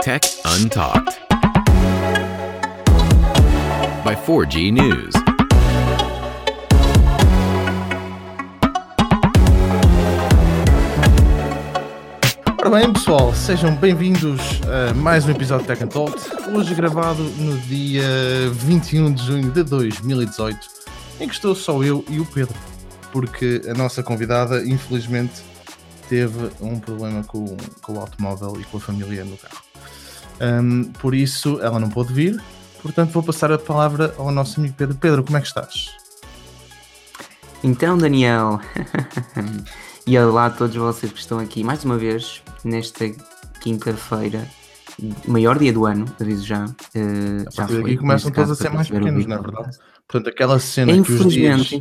Tech Untalked by 4G News. Ora bem, pessoal, sejam bem-vindos a mais um episódio de Tech Untalked, hoje gravado no dia 21 de junho de 2018, em que estou só eu e o Pedro, porque a nossa convidada, infelizmente, teve um problema com o automóvel e com a família no carro. Por isso, ela não pôde vir, portanto vou passar a palavra ao nosso amigo Pedro. Pedro, como é que estás? Então, Daniel, e olá a todos vocês que estão aqui mais uma vez nesta quinta-feira, maior dia do ano, aviso já. A partir daqui começam todos a ser mais pequenos, não é verdade? Portanto, aquela cena que os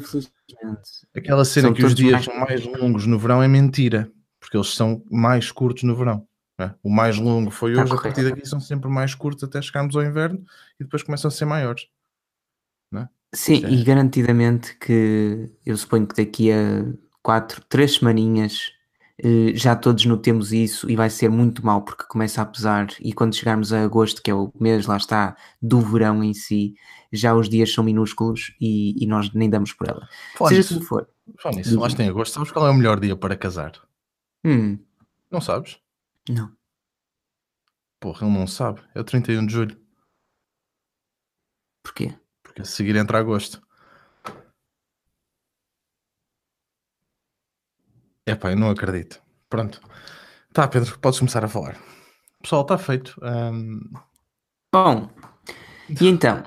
dias são mais longos no verão é mentira, porque eles são mais curtos no verão. É? O mais longo foi hoje, a partir daqui são sempre mais curtos até chegarmos ao inverno e depois começam a ser maiores. Não é? Sim, e garantidamente que eu suponho que daqui a 3 semaninhas já todos notemos isso e vai ser muito mau porque começa a pesar e quando chegarmos a agosto, que é o mês, lá está, do verão em si, já os dias são minúsculos e nós nem damos por ela. Seja como for. Fala nisso, lá está em agosto, sabes qual é o melhor dia para casar? Não sabes? Não. Porra, ele não sabe. É o 31 de julho. Porquê? Porque a seguir entra agosto. Epá, eu não acredito. Pronto. Tá, Pedro, podes começar a falar. Pessoal, está feito. Bom, e então,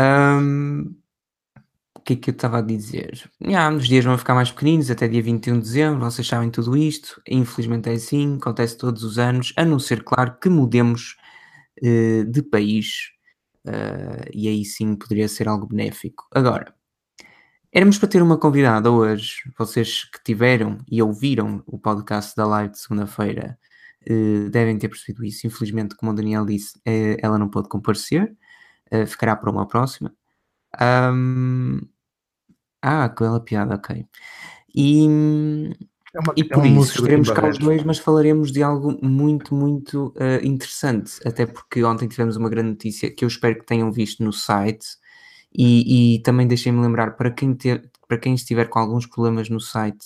o que é que eu estava a dizer? Os dias vão ficar mais pequeninos até dia 21 de dezembro, vocês sabem tudo isto. Infelizmente é assim, acontece todos os anos, a não ser, claro, que mudemos de país e aí sim poderia ser algo benéfico. Agora, éramos para ter uma convidada hoje, vocês que tiveram e ouviram o podcast da live de segunda-feira devem ter percebido isso. Infelizmente, como o Daniel disse, ela não pôde comparecer, ficará para uma próxima. Aquela piada, ok. E por isso estaremos cá os dois, mas falaremos de algo muito, muito interessante, até porque ontem tivemos uma grande notícia que eu espero que tenham visto no site e também deixem-me lembrar para quem estiver com alguns problemas no site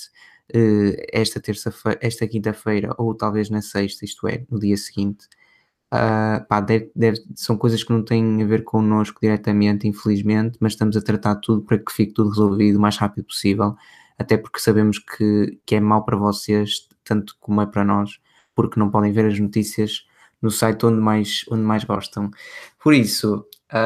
esta quinta-feira ou talvez na sexta, isto é, no dia seguinte, são coisas que não têm a ver connosco diretamente, infelizmente, mas estamos a tratar tudo para que fique tudo resolvido o mais rápido possível, até porque sabemos que é mau para vocês, tanto como é para nós, porque não podem ver as notícias no site onde mais gostam. Por isso,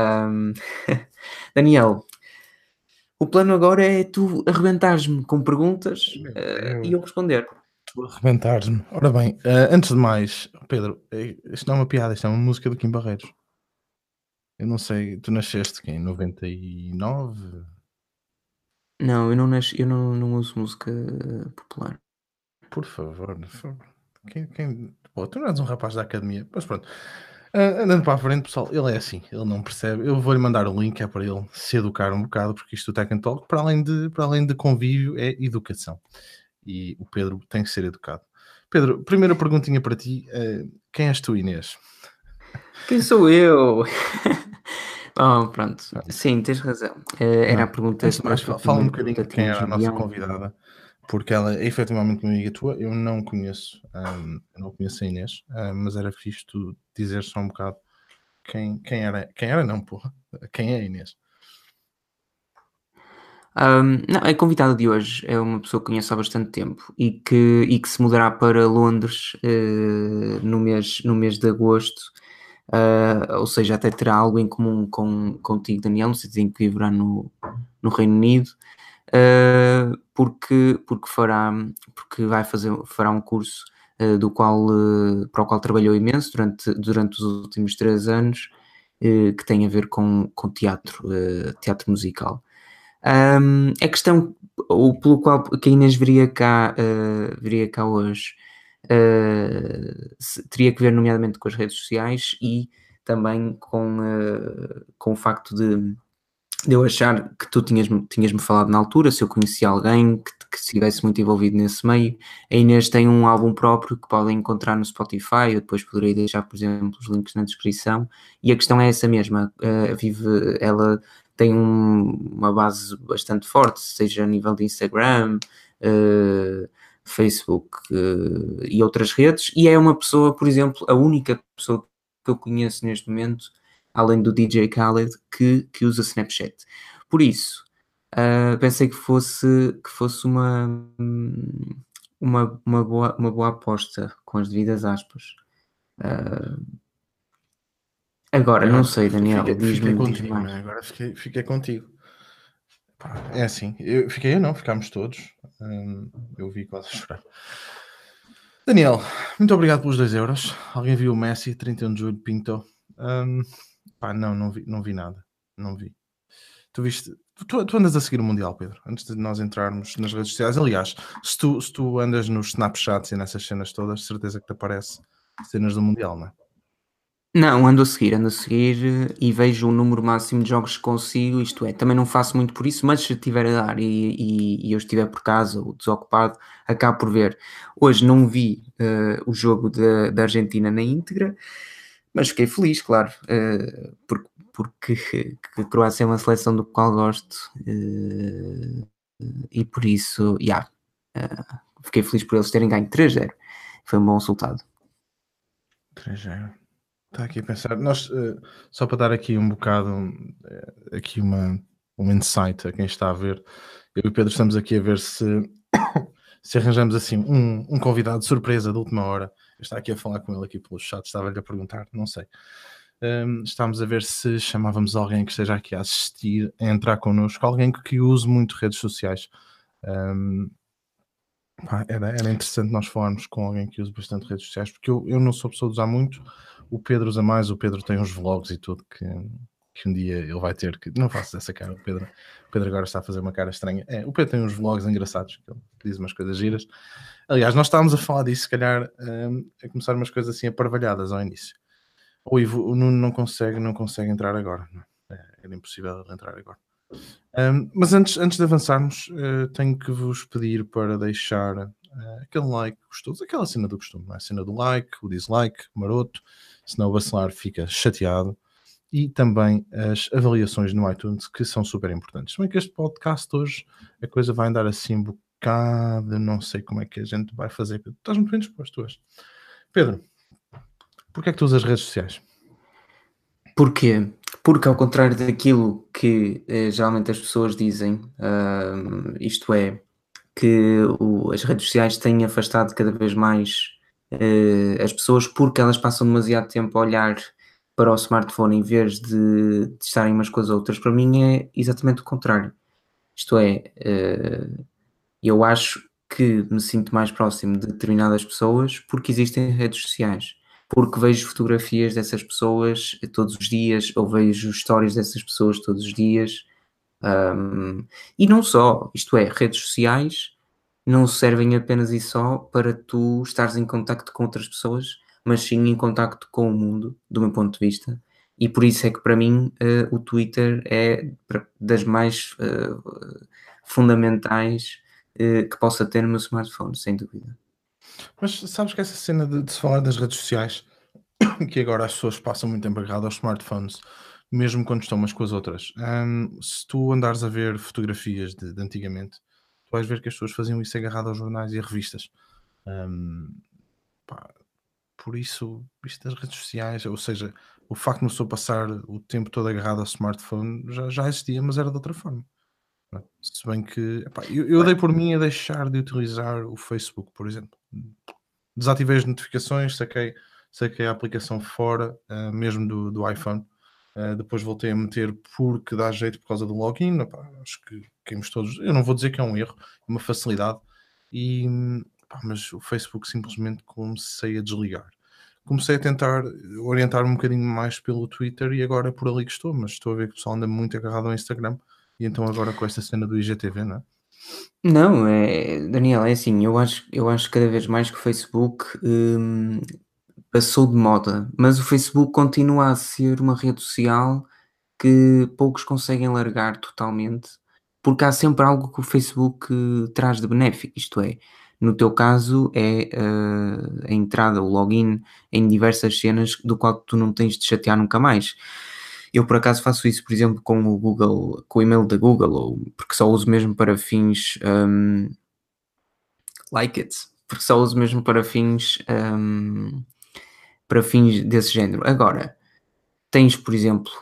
Daniel, o plano agora é tu arrebentares-me com perguntas e eu responder. Tu arrebentares-me. Ora bem, antes de mais, Pedro, isto não é uma piada, isto é uma música do Kim Barreiros. Eu não sei, tu nasceste em 99? Não, eu não uso música popular. Por favor. Pô, tu não és um rapaz da academia, mas pronto. Andando para a frente, pessoal, ele é assim, ele não percebe. Eu vou-lhe mandar o link, é para ele se educar um bocado, porque isto do Tech Talk, para além de convívio, é educação. E o Pedro tem que ser educado. Pedro, primeira perguntinha para ti, quem és tu, Inês? Quem sou eu? Pronto. Sim, tens razão. Era a pergunta... Antes de mais, fala um bocadinho de quem era a nossa convidada, porque ela é efetivamente uma amiga tua. Eu não conheço a Inês, mas era fixe tu dizer só um bocado quem é a Inês? Não, a convidada de hoje é uma pessoa que conheço há bastante tempo e que se mudará para Londres no mês de agosto, ou seja, até terá algo em comum contigo, Daniel, não sei dizer que viverá no Reino Unido, porque fará um curso para o qual trabalhou imenso durante os últimos 3 anos, que tem a ver com teatro musical. A questão pelo qual que a Inês viria cá hoje teria que ver nomeadamente com as redes sociais e também com o facto de de eu achar que tu tinhas-me falado na altura, se eu conhecia alguém que estivesse muito envolvido nesse meio. A Inês tem um álbum próprio que podem encontrar no Spotify, eu depois poderei deixar, por exemplo, os links na descrição. E a questão é essa mesma, ela tem uma base bastante forte, seja a nível de Instagram, Facebook e outras redes, e é uma pessoa, por exemplo, a única pessoa que eu conheço neste momento, além do DJ Khaled, que usa Snapchat. Por isso, pensei que fosse uma boa aposta, com as devidas aspas. Agora, não sei, Daniel, fiquei diz-me contigo, mais. né? Agora fiquei contigo. Pá, é assim, ficámos todos. Eu vi quase chorar. Daniel, muito obrigado pelos 2 euros. Alguém viu o Messi, 31 de julho, Pinto? Pá, não vi nada. Não vi. Tu viste? Tu andas a seguir o Mundial, Pedro, antes de nós entrarmos nas redes sociais. Aliás, se tu andas nos Snapchats e nessas cenas todas, certeza que te aparece cenas do Mundial, não é? Não, ando a seguir e vejo o número máximo de jogos que consigo, isto é, também não faço muito por isso, mas se estiver a dar e eu estiver por casa ou desocupado, acabo por ver. Hoje não vi o jogo da Argentina na íntegra, mas fiquei feliz, claro, porque que a Croácia é uma seleção do qual gosto e por isso, fiquei feliz por eles terem ganho 3-0. Foi um bom resultado. 3-0. Está aqui a pensar. Nós, só para dar aqui um bocado, aqui um insight a quem está a ver, eu e o Pedro estamos aqui a ver se arranjamos assim um convidado de surpresa de última hora. Eu estava aqui a falar com ele aqui pelo chat, estava-lhe a perguntar, não sei. Estamos a ver se chamávamos alguém que esteja aqui a assistir, a entrar connosco, alguém que use muito redes sociais. Era interessante nós falarmos com alguém que use bastante redes sociais, porque eu não sou pessoa de usar muito, o Pedro usa mais, o Pedro tem uns vlogs e tudo que um dia ele vai ter que... Não faço essa cara, o Pedro agora está a fazer uma cara estranha. O Pedro tem uns vlogs engraçados, que ele diz umas coisas giras. Aliás, nós estávamos a falar disso, se calhar, a começar umas coisas assim aparvalhadas ao início. O Nuno não consegue entrar agora. Não. Era impossível ele entrar agora. Mas antes de avançarmos, tenho que vos pedir para deixar aquele like gostoso, aquela cena do costume, não é? A cena do like, o dislike, maroto, senão o bacelar fica chateado, e também as avaliações no iTunes, que são super importantes. Se bem que este podcast hoje, a coisa vai andar assim um bocado, não sei como é que a gente vai fazer. Pedro, estás muito bem disposto hoje. Pedro, porquê é que tu usas redes sociais? Porquê? Porque ao contrário daquilo que geralmente as pessoas dizem, isto é, que as redes sociais têm afastado cada vez mais as pessoas porque elas passam demasiado tempo a olhar para o smartphone em vez de estarem umas com as outras. Para mim é exatamente o contrário. Isto é, eu acho que me sinto mais próximo de determinadas pessoas porque existem redes sociais. Porque vejo fotografias dessas pessoas todos os dias, ou vejo histórias dessas pessoas todos os dias. E não só, isto é, redes sociais não servem apenas e só para tu estares em contacto com outras pessoas, mas sim em contacto com o mundo, do meu ponto de vista. E por isso é que para mim o Twitter é das mais fundamentais que possa ter no meu smartphone, sem dúvida. Mas sabes que essa cena de se falar das redes sociais, que agora as pessoas passam muito tempo agarradas aos smartphones, mesmo quando estão umas com as outras. Se tu andares a ver fotografias de antigamente, tu vais ver que as pessoas faziam isso agarrado aos jornais e a revistas. Por isso, isto das redes sociais, ou seja, o facto de uma pessoa passar o tempo todo agarrado ao smartphone já existia, mas era de outra forma. Se bem que eu dei por mim a deixar de utilizar o Facebook, por exemplo. Desativei as notificações, saquei a aplicação fora, mesmo do iPhone. Depois voltei a meter porque dá jeito por causa do login. Acho que caímos todos. Eu não vou dizer que é um erro, é uma facilidade. Mas o Facebook simplesmente comecei a desligar. Comecei a tentar orientar-me um bocadinho mais pelo Twitter e agora é por ali que estou. Mas estou a ver que o pessoal anda muito agarrado ao Instagram. E então agora com esta cena do IGTV, não é? Não, Daniel, é assim, eu acho cada vez mais que o Facebook passou de moda, mas o Facebook continua a ser uma rede social que poucos conseguem largar totalmente, porque há sempre algo que o Facebook traz de benéfico, isto é, no teu caso é a entrada, o login em diversas cenas do qual tu não tens de chatear nunca mais. Eu por acaso faço isso, por exemplo, com o Google, com o e-mail da Google, ou porque só uso mesmo para fins porque só uso mesmo para fins desse género. Agora, tens, por exemplo,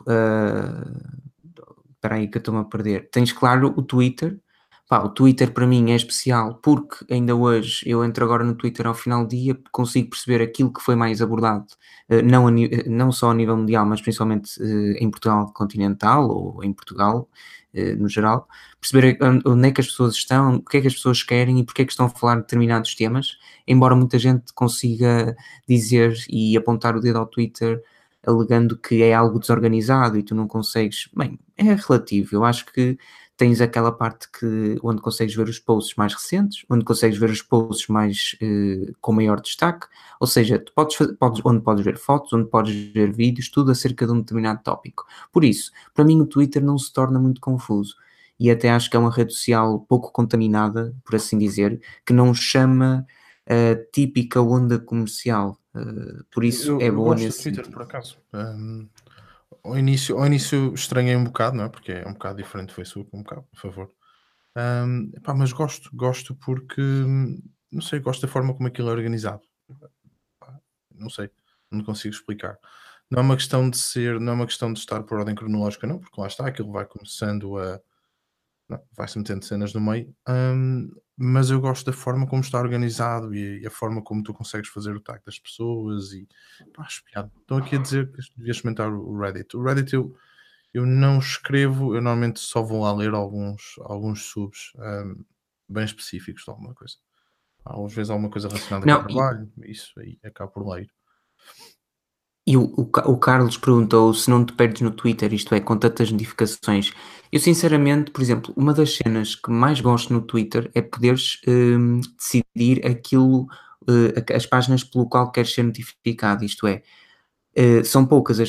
espera aí que eu estou-me a perder. Tens, claro, o Twitter. Pá, o Twitter para mim é especial porque ainda hoje eu entro agora no Twitter ao final do dia, consigo perceber aquilo que foi mais abordado, não só a nível mundial, mas principalmente em Portugal continental ou em Portugal no geral, perceber onde é que as pessoas estão, o que é que as pessoas querem e porque é que estão a falar de determinados temas, embora muita gente consiga dizer e apontar o dedo ao Twitter alegando que é algo desorganizado e tu não consegues. Bem, é relativo. Eu acho que tens aquela parte onde consegues ver os posts mais recentes, onde consegues ver os posts mais com maior destaque, ou seja, tu onde podes ver fotos, onde podes ver vídeos, tudo acerca de um determinado tópico. Por isso, para mim o Twitter não se torna muito confuso e até acho que é uma rede social pouco contaminada, por assim dizer, que não chama a típica onda comercial. Por isso é Eu boa gosto do nesse Twitter, sentido. por acaso. Ao início estranhei um bocado, não é? Porque é um bocado diferente do Facebook, um bocado, por favor. Epá, mas gosto porque, não sei, gosto da forma como aquilo é organizado. Pá, não sei, não consigo explicar. Não é uma questão de estar por ordem cronológica, não, porque lá está, aquilo vai começando a, não, vai-se metendo cenas no meio, mas eu gosto da forma como está organizado e a forma como tu consegues fazer o tag das pessoas e pá, acho piada. Estão aqui a dizer que devias experimentar o Reddit. O Reddit eu não escrevo, eu normalmente só vou lá ler alguns subs bem específicos de alguma coisa. Às vezes alguma coisa relacionada com o Não, trabalho, isso aí acabo por ler. e o Carlos perguntou se não te perdes no Twitter, isto é, com tantas notificações. Eu sinceramente, por exemplo, uma das cenas que mais gosto no Twitter é poderes decidir aquilo, as páginas pelo qual queres ser notificado, isto é, são poucas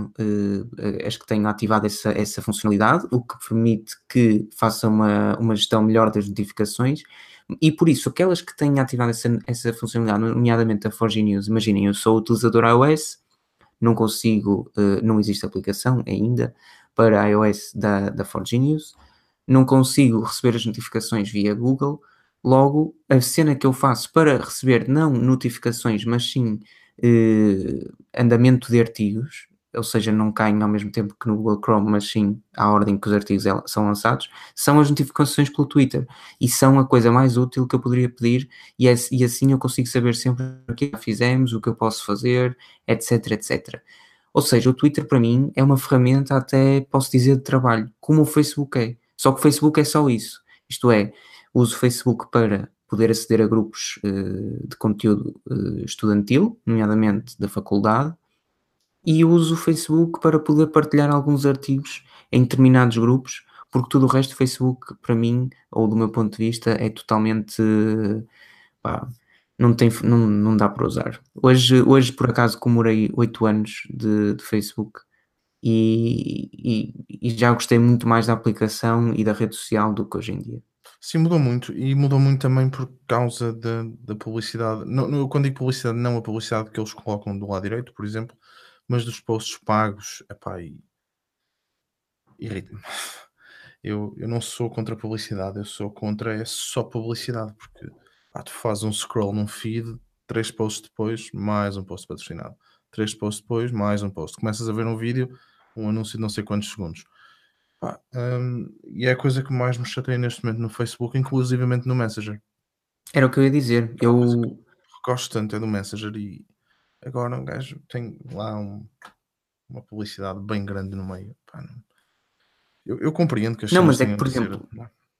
as que tenho ativado essa funcionalidade, o que permite que faça uma gestão melhor das notificações. E por isso, aquelas que têm ativado essa funcionalidade, nomeadamente a 4G News, imaginem, eu sou utilizador iOS, não consigo, não existe aplicação ainda para iOS da 4G News, não consigo receber as notificações via Google, logo a cena que eu faço para receber não notificações, mas sim andamento de artigos, ou seja, não caem ao mesmo tempo que no Google Chrome, mas sim à ordem que os artigos são lançados, são as notificações pelo Twitter e são a coisa mais útil que eu poderia pedir e assim eu consigo saber sempre o que já fizemos, o que eu posso fazer, etc, etc. Ou seja, o Twitter para mim é uma ferramenta até, posso dizer, de trabalho, como o Facebook é. Só que o Facebook é só isso. Isto é, uso o Facebook para poder aceder a grupos de conteúdo estudantil, nomeadamente da faculdade, e uso o Facebook para poder partilhar alguns artigos em determinados grupos, porque tudo o resto do Facebook, para mim, ou do meu ponto de vista, é totalmente pá, não dá para usar. Hoje por acaso comemorei 8 anos de Facebook e já gostei muito mais da aplicação e da rede social do que hoje em dia. Sim, mudou muito e mudou muito também por causa da publicidade. Não, quando digo publicidade, não a publicidade que eles colocam do lado direito, por exemplo, mas dos posts pagos. Epá, e irrita-me. Eu não sou contra a publicidade, eu sou contra é só publicidade, porque pá, tu fazes um scroll num feed, 3 posts depois, mais um post patrocinado. 3 posts depois, mais um post. Começas a ver um vídeo, um anúncio de não sei quantos segundos. Pá, e é a coisa que mais me chateia neste momento no Facebook, inclusivamente no Messenger. Era o que eu ia dizer. É uma coisa que eu gosto tanto é do Messenger e agora um gajo tem lá uma publicidade bem grande no meio. Pá, eu compreendo que as Não, cenas mas é que, tenham por de ser. exemplo,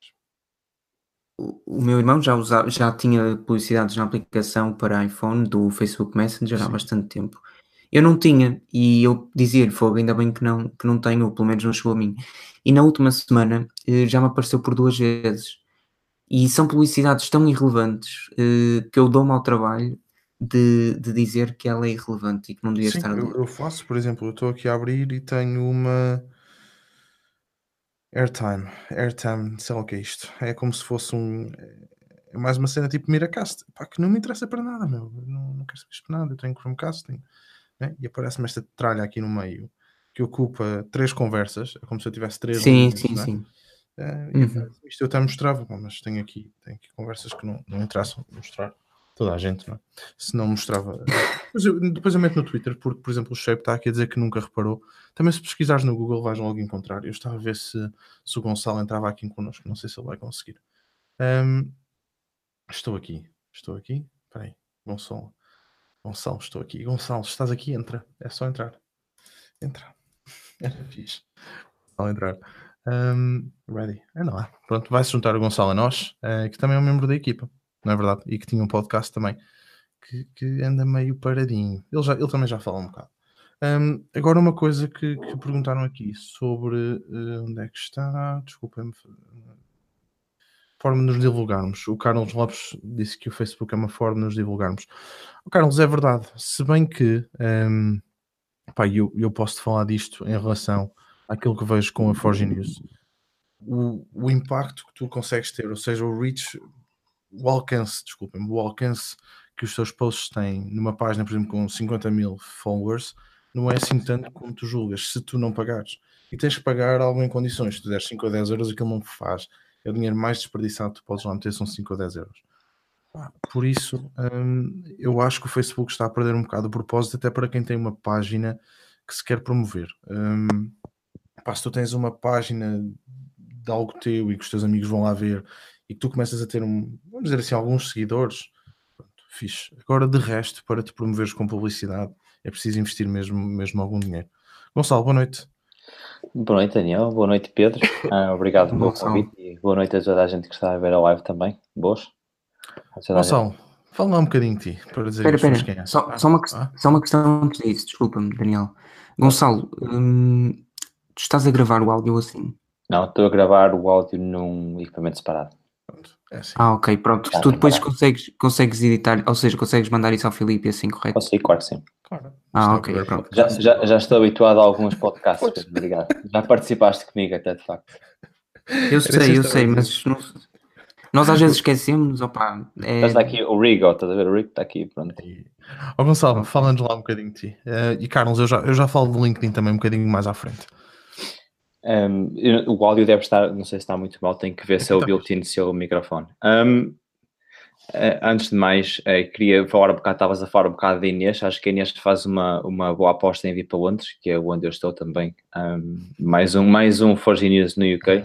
o meu irmão já tinha publicidades na aplicação para iPhone do Facebook Messenger há Sim. bastante tempo. Eu não tinha, e eu dizia-lhe, fogo, ainda bem que não tenho, ou pelo menos não chegou a mim. E na última semana já me apareceu por 2 vezes. E são publicidades tão irrelevantes que eu dou-me ao trabalho de dizer que ela é irrelevante e que não devia Sim, estar ali. eu faço, por exemplo, eu estou aqui a abrir e tenho uma. Airtime, sei lá o que é isto. É como se fosse é mais uma cena tipo Miracast, pá, que não me interessa para nada, meu. Eu não quero saber isto para nada. Eu tenho Chromecast, né? E aparece-me esta tralha aqui no meio que ocupa 3 conversas, é como se eu tivesse 3 Sim, linhas, sim, não é? sim. E Uhum. aparece isto eu até mostrava, pá, mas tenho aqui conversas que não interessam mostrar toda a gente, não é? Se não mostrava. Depois eu meto no Twitter, porque, por exemplo, o Shape está aqui a dizer que nunca reparou. Também, se pesquisares no Google, vais logo encontrar. Eu estava a ver se o Gonçalo entrava aqui connosco, não sei se ele vai conseguir. Estou aqui. Espera aí, Gonçalo, estou aqui. Gonçalo, estás aqui? Entra. É só entrar. Entra. Era fixe. Ao entrar. Ready. Anda lá. Pronto, vai-se juntar o Gonçalo a nós, que também é um membro da equipa, não é verdade? E que tinha um podcast também, que anda meio paradinho. Ele também já fala um bocado. Agora uma coisa que perguntaram aqui sobre onde é que está? Desculpem-me. Forma de nos divulgarmos. O Carlos Lopes disse que o Facebook é uma forma de nos divulgarmos. O Carlos, é verdade. Se bem que pá, eu posso te falar disto em relação àquilo que vejo com a Forge News. O impacto que tu consegues ter, ou seja, o alcance que os teus posts têm numa página, por exemplo, com 50 mil followers, não é assim tanto como tu julgas, se tu não pagares. E tens que pagar algo em condições. Se tu deres 5 ou 10 euros, aquilo não faz. É o dinheiro mais desperdiçado que tu podes lá meter, são 5 ou 10 euros. Por isso, eu acho que o Facebook está a perder um bocado o propósito, até para quem tem uma página que se quer promover. Se tu tens uma página de algo teu e que os teus amigos vão lá ver e que tu começas a ter vamos dizer assim, alguns seguidores, pronto, fixe. Agora, de resto, para te promoveres com publicidade, é preciso investir mesmo algum dinheiro. Gonçalo, boa noite. Boa noite, Daniel. Boa noite, Pedro. Obrigado pelo Gonçalo. convite e boa noite a toda a gente que está a ver a live também. Boas. Gonçalo, fala lá um bocadinho de ti, para dizer Espera, quem é. só uma questão antes disso, desculpa-me, Daniel. Gonçalo, tu estás a gravar o áudio assim? Não, estou a gravar o áudio num equipamento separado. Pronto, é assim. Ok, pronto. Tu depois consegues editar, ou seja, consegues mandar isso ao Filipe assim, correto? Consigo, claro que sim. Claro. Ok, pronto. Já estou habituado a alguns podcasts, Pedro, obrigado. Já participaste comigo até, de facto. Eu sei, mas nós às vezes esquecemos, opá. Está aqui o Rigo, estás a ver? O Rigo está aqui, pronto. Gonçalo, fala-nos lá um bocadinho de ti. E Carlos, eu já falo do LinkedIn também um bocadinho mais à frente. O áudio deve estar, não sei se está muito mal, tenho que ver se é o built-in, se é o microfone. Antes de mais, queria falar um bocado, estavas a falar um bocado da Inês, acho que a Inês faz uma boa aposta em vir para Londres, que é onde eu estou também. Mais um Forge News no UK.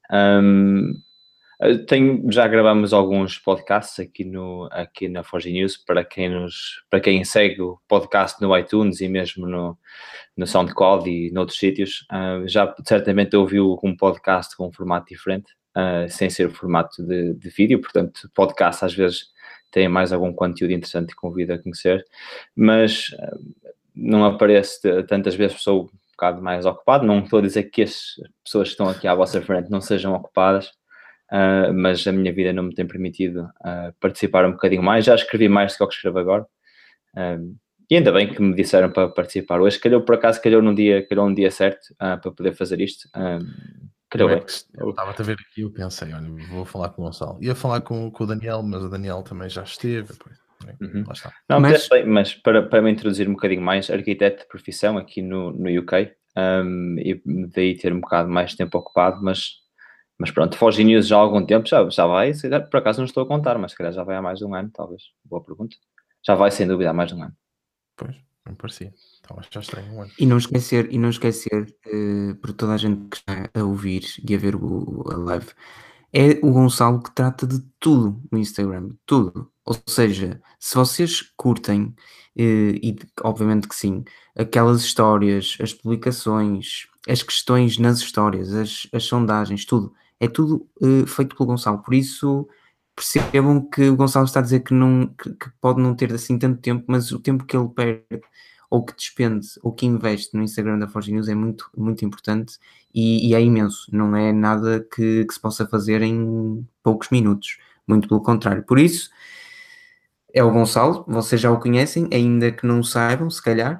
Já gravamos alguns podcasts aqui na Forge News, para quem segue o podcast no iTunes e mesmo no SoundCloud e noutros sítios, já certamente ouviu um podcast com um formato diferente, sem ser formato de vídeo, portanto, podcast às vezes tem mais algum conteúdo interessante e convido a conhecer, mas não aparece tantas vezes, sou um bocado mais ocupado, não estou a dizer que as pessoas que estão aqui à vossa frente não sejam ocupadas, mas a minha vida não me tem permitido participar um bocadinho mais, já escrevi mais do que eu escrevo agora, e ainda bem que me disseram para participar hoje, calhou um dia certo para poder fazer isto. Eu estava a ver aqui, eu pensei, olha, vou falar com o Gonçalo. Ia falar com o Daniel, mas o Daniel também já esteve. Lá está. Não, mas para me introduzir um bocadinho mais, arquiteto de profissão aqui no UK, e daí ter um bocado mais tempo ocupado, mas pronto, Forge News já há algum tempo, já vai, por acaso não estou a contar, mas se calhar já vai há mais de um ano, talvez. Boa pergunta. Já vai, sem dúvida, há mais de um ano. Pois, não parecia. Talvez já estranho um ano. E não esquecer, por toda a gente que está a ouvir e a ver a live, é o Gonçalo que trata de tudo no Instagram, tudo. Ou seja, se vocês curtem, e obviamente que sim, aquelas histórias, as publicações, as questões nas histórias, as sondagens, tudo, é tudo feito pelo Gonçalo. Por isso, percebam que o Gonçalo está a dizer que pode não ter assim tanto tempo, mas o tempo que ele perde, ou que despende, ou que investe no Instagram da Forge News é muito, muito importante e é imenso. Não é nada que se possa fazer em poucos minutos. Muito pelo contrário. Por isso, é o Gonçalo, vocês já o conhecem, ainda que não o saibam, se calhar.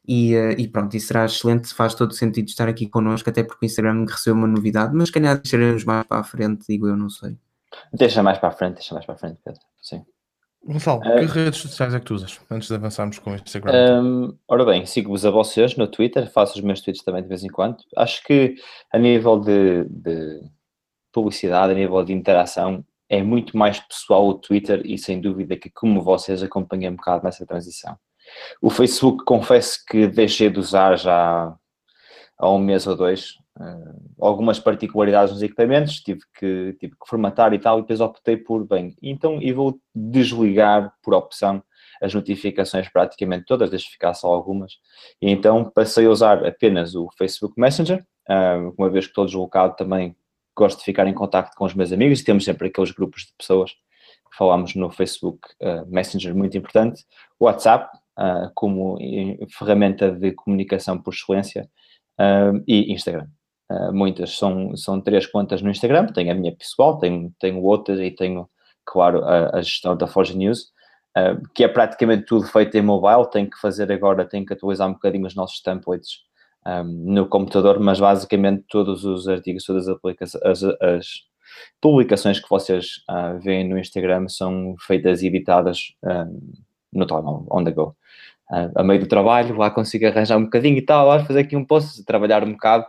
E pronto, isso será excelente, faz todo sentido estar aqui connosco, até porque o Instagram recebeu uma novidade, mas se calhar deixaremos mais para a frente, digo eu, não sei. Deixa mais para a frente, Pedro. Sim. Gonçalo, que redes sociais é que tu usas? Antes de avançarmos com o Instagram. Ora bem, sigo-vos a vocês no Twitter, faço os meus tweets também de vez em quando. Acho que a nível de publicidade, a nível de interação, é muito mais pessoal o Twitter e sem dúvida que, como vocês, acompanhei um bocado nessa transição. O Facebook, confesso que deixei de usar já há um mês ou dois. Algumas particularidades nos equipamentos, tive que formatar e tal, e depois optei por, então eu vou desligar por opção as notificações praticamente todas, deixo ficar só algumas, e então passei a usar apenas o Facebook Messenger, uma vez que estou deslocado também gosto de ficar em contacto com os meus amigos, e temos sempre aqueles grupos de pessoas que falamos no Facebook Messenger, muito importante, WhatsApp, como ferramenta de comunicação por excelência, e Instagram. Muitas são 3 contas no Instagram, tenho a minha pessoal, tenho outras e tenho, claro, a gestão da Forge News, que é praticamente tudo feito em mobile. Tenho que atualizar um bocadinho os nossos templates no computador, mas basicamente todos os artigos, todas as publicações que vocês veem no Instagram são feitas e editadas no telemóvel, on the go. A meio do trabalho, lá consigo arranjar um bocadinho e tal, fazer aqui um post, trabalhar um bocado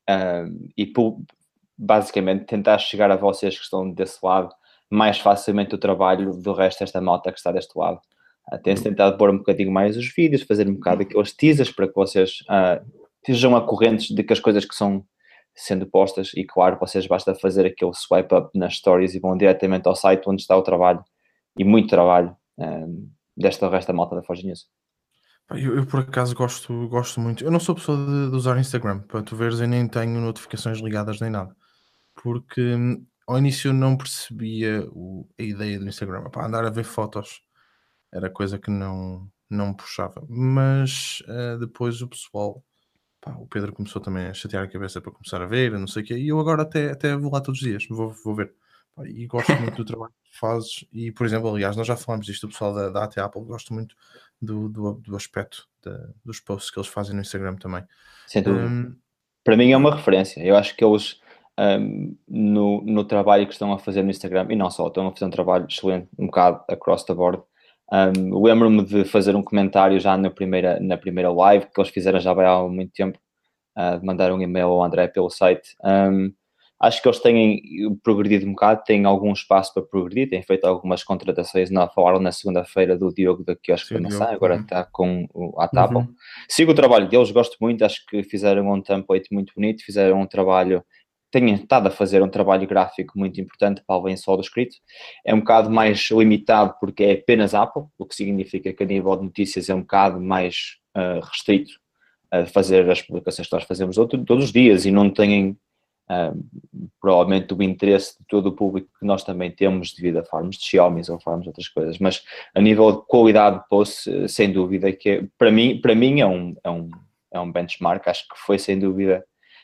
e basicamente tentar chegar a vocês que estão desse lado mais facilmente o trabalho do resto desta malta que está deste lado. Tem-se tentado pôr um bocadinho mais os vídeos, fazer um bocado aqueles teasers para que vocês estejam a correntes de que as coisas que são sendo postas, e claro, vocês basta fazer aquele swipe up nas stories e vão diretamente ao site onde está o trabalho, e muito trabalho desta malta da Forge News. Eu por acaso gosto muito. Eu não sou pessoa de usar Instagram, para tu veres, eu nem tenho notificações ligadas nem nada. Porque ao início eu não percebia a ideia do Instagram. Andar a ver fotos era coisa que não me puxava. Mas depois o pessoal, o Pedro começou também a chatear a cabeça para começar a ver, não sei o quê. E eu agora até vou lá todos os dias, vou ver. E gosto muito do trabalho que fazes. E, por exemplo, aliás, nós já falamos disto, o pessoal da AT Apple, gosto muito do aspecto dos posts que eles fazem no Instagram também. Sem dúvida. Para mim é uma referência. Eu acho que eles, no trabalho que estão a fazer no Instagram, e não só, estão a fazer um trabalho excelente, um bocado across the board. Lembro-me de fazer um comentário já na primeira live que eles fizeram já há muito tempo, de mandar um e-mail ao André pelo site. Acho que eles têm progredido um bocado, têm algum espaço para progredir, têm feito algumas contratações. Falaram na segunda-feira do Diogo da Quiosque da Maçã, agora está com a Apple. Sigo o trabalho deles, gosto muito, acho que fizeram um template muito bonito, fizeram um trabalho, têm estado a fazer um trabalho gráfico muito importante para além só do escrito. É um bocado mais limitado porque é apenas Apple, o que significa que a nível de notícias é um bocado mais restrito a fazer as publicações que nós fazemos todos os dias, e não têm provavelmente o interesse de todo o público que nós também temos devido a farms de Xiaomi ou farms de outras coisas, mas a nível de qualidade de post, sem dúvida que para mim é um benchmark. Acho que foi sem dúvida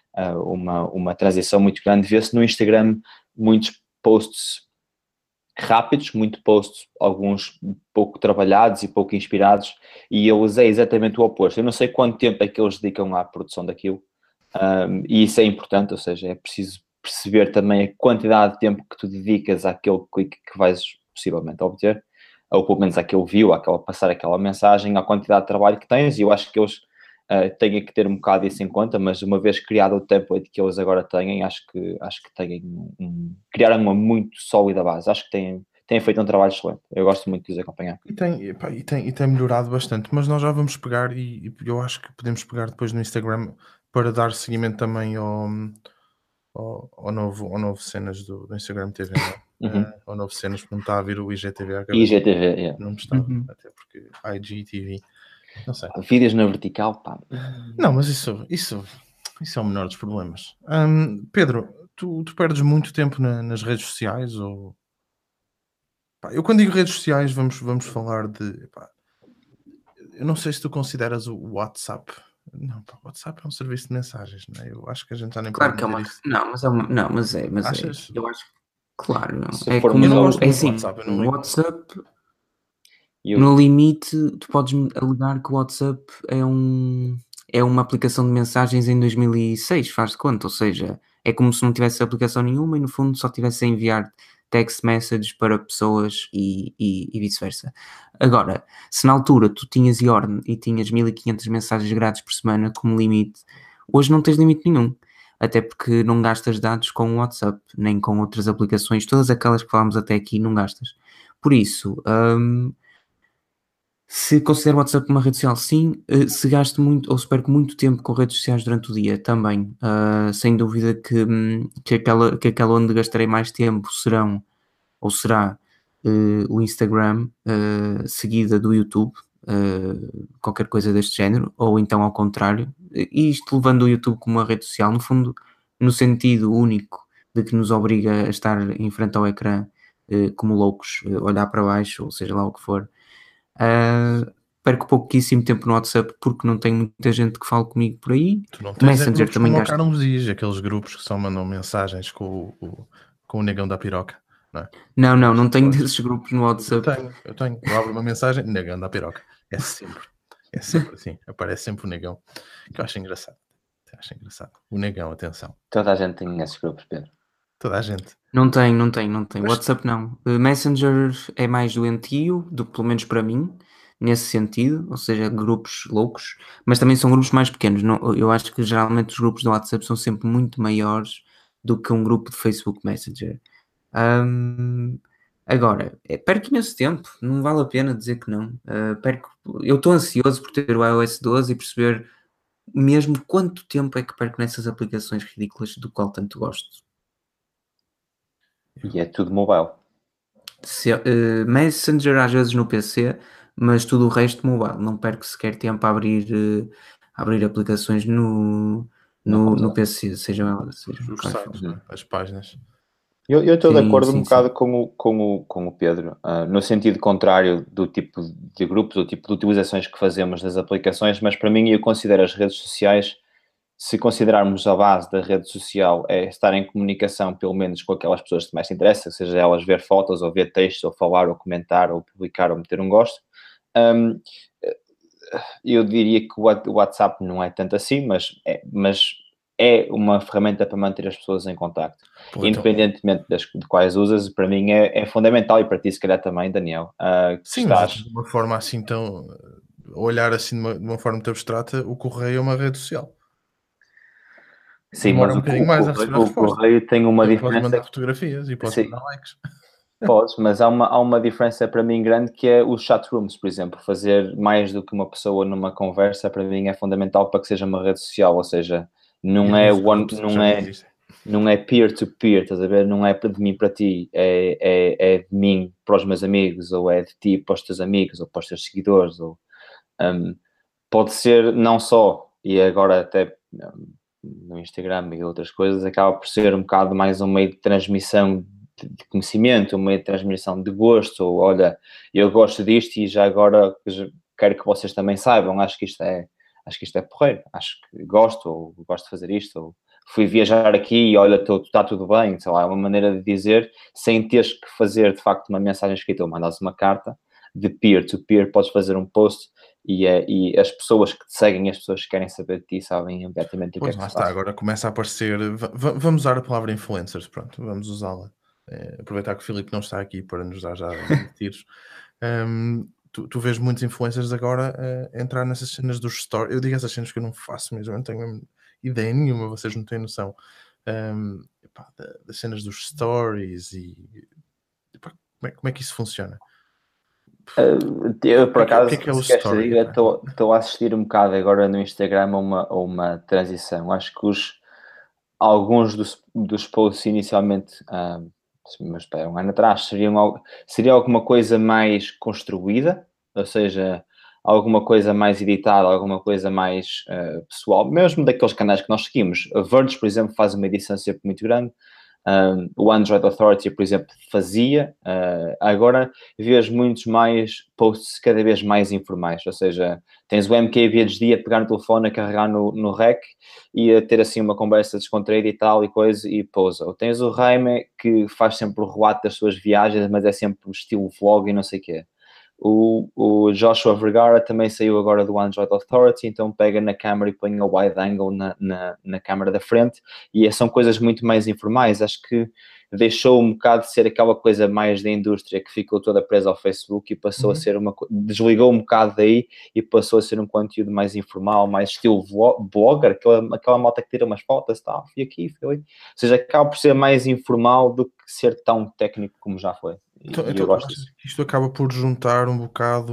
uma transição muito grande. Vê-se no Instagram muitos posts rápidos, alguns pouco trabalhados e pouco inspirados, e eu usei exatamente o oposto. Eu não sei quanto tempo é que eles dedicam à produção daquilo, e isso é importante, ou seja, é preciso perceber também a quantidade de tempo que tu dedicas àquele clique que vais possivelmente obter, ou pelo menos àquele view, passar aquela mensagem, à quantidade de trabalho que tens. E eu acho que eles têm que ter um bocado isso em conta, mas uma vez criado o template que eles agora têm, acho que criaram uma muito sólida base. Acho que têm feito um trabalho excelente. Eu gosto muito de os acompanhar. E tem melhorado bastante, mas nós já vamos pegar, e eu acho que podemos pegar depois no Instagram para dar seguimento também ao novo cenas do Instagram TV, ao novo cenas, porque não está a vir o IGTV à cabeça. IGTV, não me está, até porque IGTV, não sei. Vídeos na vertical, pá. Não, mas isso é o menor dos problemas. Pedro, tu perdes muito tempo nas redes sociais? Ou eu quando digo redes sociais vamos falar de eu não sei se tu consideras o WhatsApp. Não, o WhatsApp é um serviço de mensagens, não é? Eu acho que a gente já nem Claro pode que é uma. isso. Não, mas é. Achas? Eu acho que, claro, não. Se É for como Eu não não, gosto é muito do assim, WhatsApp, eu não o ligo. WhatsApp. No limite, tu podes alegar que o WhatsApp é uma aplicação de mensagens em 2006, faz de conta, ou seja, é como se não tivesse aplicação nenhuma e no fundo só tivesse a enviar text messages para pessoas e vice-versa. Agora, se na altura tu tinhas Yorn e tinhas 1500 mensagens grátis por semana como limite, hoje não tens limite nenhum, até porque não gastas dados com o WhatsApp, nem com outras aplicações, todas aquelas que falámos até aqui não gastas. Por isso, se considero o WhatsApp uma rede social, sim. Se gasto muito ou se perco muito tempo com redes sociais durante o dia, também. Sem dúvida que aquela onde gastarei mais tempo será o Instagram, seguida do YouTube, qualquer coisa deste género, ou então ao contrário. E isto levando o YouTube como uma rede social, no fundo, no sentido único de que nos obriga a estar em frente ao ecrã como loucos, olhar para baixo, ou seja lá o que for. Perco pouquíssimo tempo no WhatsApp porque não tenho muita gente que fale comigo por aí. Tu não O tens Messenger grupos também como o gasto. Carlos diz, aqueles grupos que só mandam mensagens com o negão da piroca, não é? Não tenho desses grupos no WhatsApp. Eu tenho. Eu abro uma mensagem, negão da piroca. É sempre assim. Aparece sempre o negão, que eu acho engraçado. O negão, atenção. Toda a gente tem esses grupos, Pedro. Toda a gente. Não tenho. Mas- WhatsApp não. Messenger é mais doentio, pelo menos para mim, nesse sentido, ou seja, grupos loucos, mas também são grupos mais pequenos. Eu acho que geralmente os grupos do WhatsApp são sempre muito maiores do que um grupo de Facebook Messenger. Agora, perco imenso tempo, não vale a pena dizer que não. Eu estou ansioso por ter o iOS 12 e perceber mesmo quanto tempo é que perco nessas aplicações ridículas do qual tanto gosto. E é tudo mobile. Messenger às vezes no PC, mas tudo o resto mobile. Não perco sequer tempo a abrir aplicações no PC, seja Os sites, claro. as páginas. Eu estou de acordo sim, um bocado com o Pedro, no sentido contrário do tipo de grupos, do tipo de utilizações que fazemos das aplicações, mas para mim eu considero as redes sociais, se considerarmos a base da rede social é estar em comunicação pelo menos com aquelas pessoas que mais te interessam, seja elas ver fotos, ou ver textos, ou falar, ou comentar, ou publicar, ou meter um gosto. Eu diria que o WhatsApp não é tanto assim, mas é uma ferramenta para manter as pessoas em contacto. Pô, Independentemente de quais usas, para mim é fundamental, e para ti se calhar também, Daniel. Sim, mas de uma forma assim tão... Olhar assim de uma forma tão abstrata, o correio é uma rede social. Sim, demora mas um bocadinho mais a receber a resposta. O correio tem uma diferença. Podes mandar fotografias e podes mandar likes. Podes, mas há uma diferença para mim grande, que é os chat rooms, por exemplo. Fazer mais do que uma pessoa numa conversa, para mim é fundamental para que seja uma rede social, ou seja, não é peer-to-peer, estás a ver? Não é de mim para ti, é de mim para os meus amigos, ou é de ti para os teus amigos, ou para os teus seguidores, ou pode ser não só, e agora até no Instagram e outras coisas, acaba por ser um bocado mais um meio de transmissão de conhecimento, um meio de transmissão de gosto, ou olha, eu gosto disto e já agora quero que vocês também saibam, acho que isto é porreiro, acho que gosto, ou gosto de fazer isto, ou fui viajar aqui e olha, está tudo bem, sei lá, é uma maneira de dizer, sem teres que fazer de facto uma mensagem escrita ou mandares uma carta, de peer-to-peer, podes fazer um post e as pessoas que te seguem, as pessoas que querem saber de ti, sabem imediatamente o que é que Lá se está, passa. agora começa a aparecer, vamos usar a palavra influencers, pronto, vamos usá-la. Aproveitar que o Filipe não está aqui para nos dar já tiros. Tu vês muitos influencers agora entrar nessas cenas dos stories. Eu digo essas cenas que eu não faço mesmo, eu não tenho mesmo ideia nenhuma, vocês não têm noção das cenas dos stories e como é que isso funciona? Eu, por acaso, que é o se queres story, dizer, estou a assistir um bocado agora no Instagram a uma transição. Acho que alguns dos posts inicialmente, mas espera, um ano atrás, seria alguma coisa mais construída, ou seja, alguma coisa mais editada, alguma coisa mais pessoal, mesmo daqueles canais que nós seguimos. A Verge, por exemplo, faz uma edição sempre muito grande. O Android Authority, por exemplo, fazia. Agora vês muitos mais posts cada vez mais informais, ou seja, tens o MKBHD a pegar no telefone, a carregar no rec e a ter assim uma conversa descontraída e tal e coisa e pousa. Ou tens o Jaime que faz sempre o relato das suas viagens, mas é sempre o estilo vlog e não sei o quê. O Joshua Vergara também saiu agora do Android Authority, então pega na câmera e põe a wide angle na câmera da frente, e são coisas muito mais informais. Acho que deixou um bocado de ser aquela coisa mais da indústria que ficou toda presa ao Facebook e passou a ser desligou um bocado daí e passou a ser um conteúdo mais informal, mais estilo blogger, aquela malta que tira umas fotos, tá, fui aqui, fui ali. Ou seja, acaba por ser mais informal do que ser tão técnico como já foi. Então, Eu gosto disso. isto acaba por juntar um bocado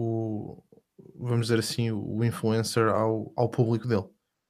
vamos dizer assim, o influencer ao público dele.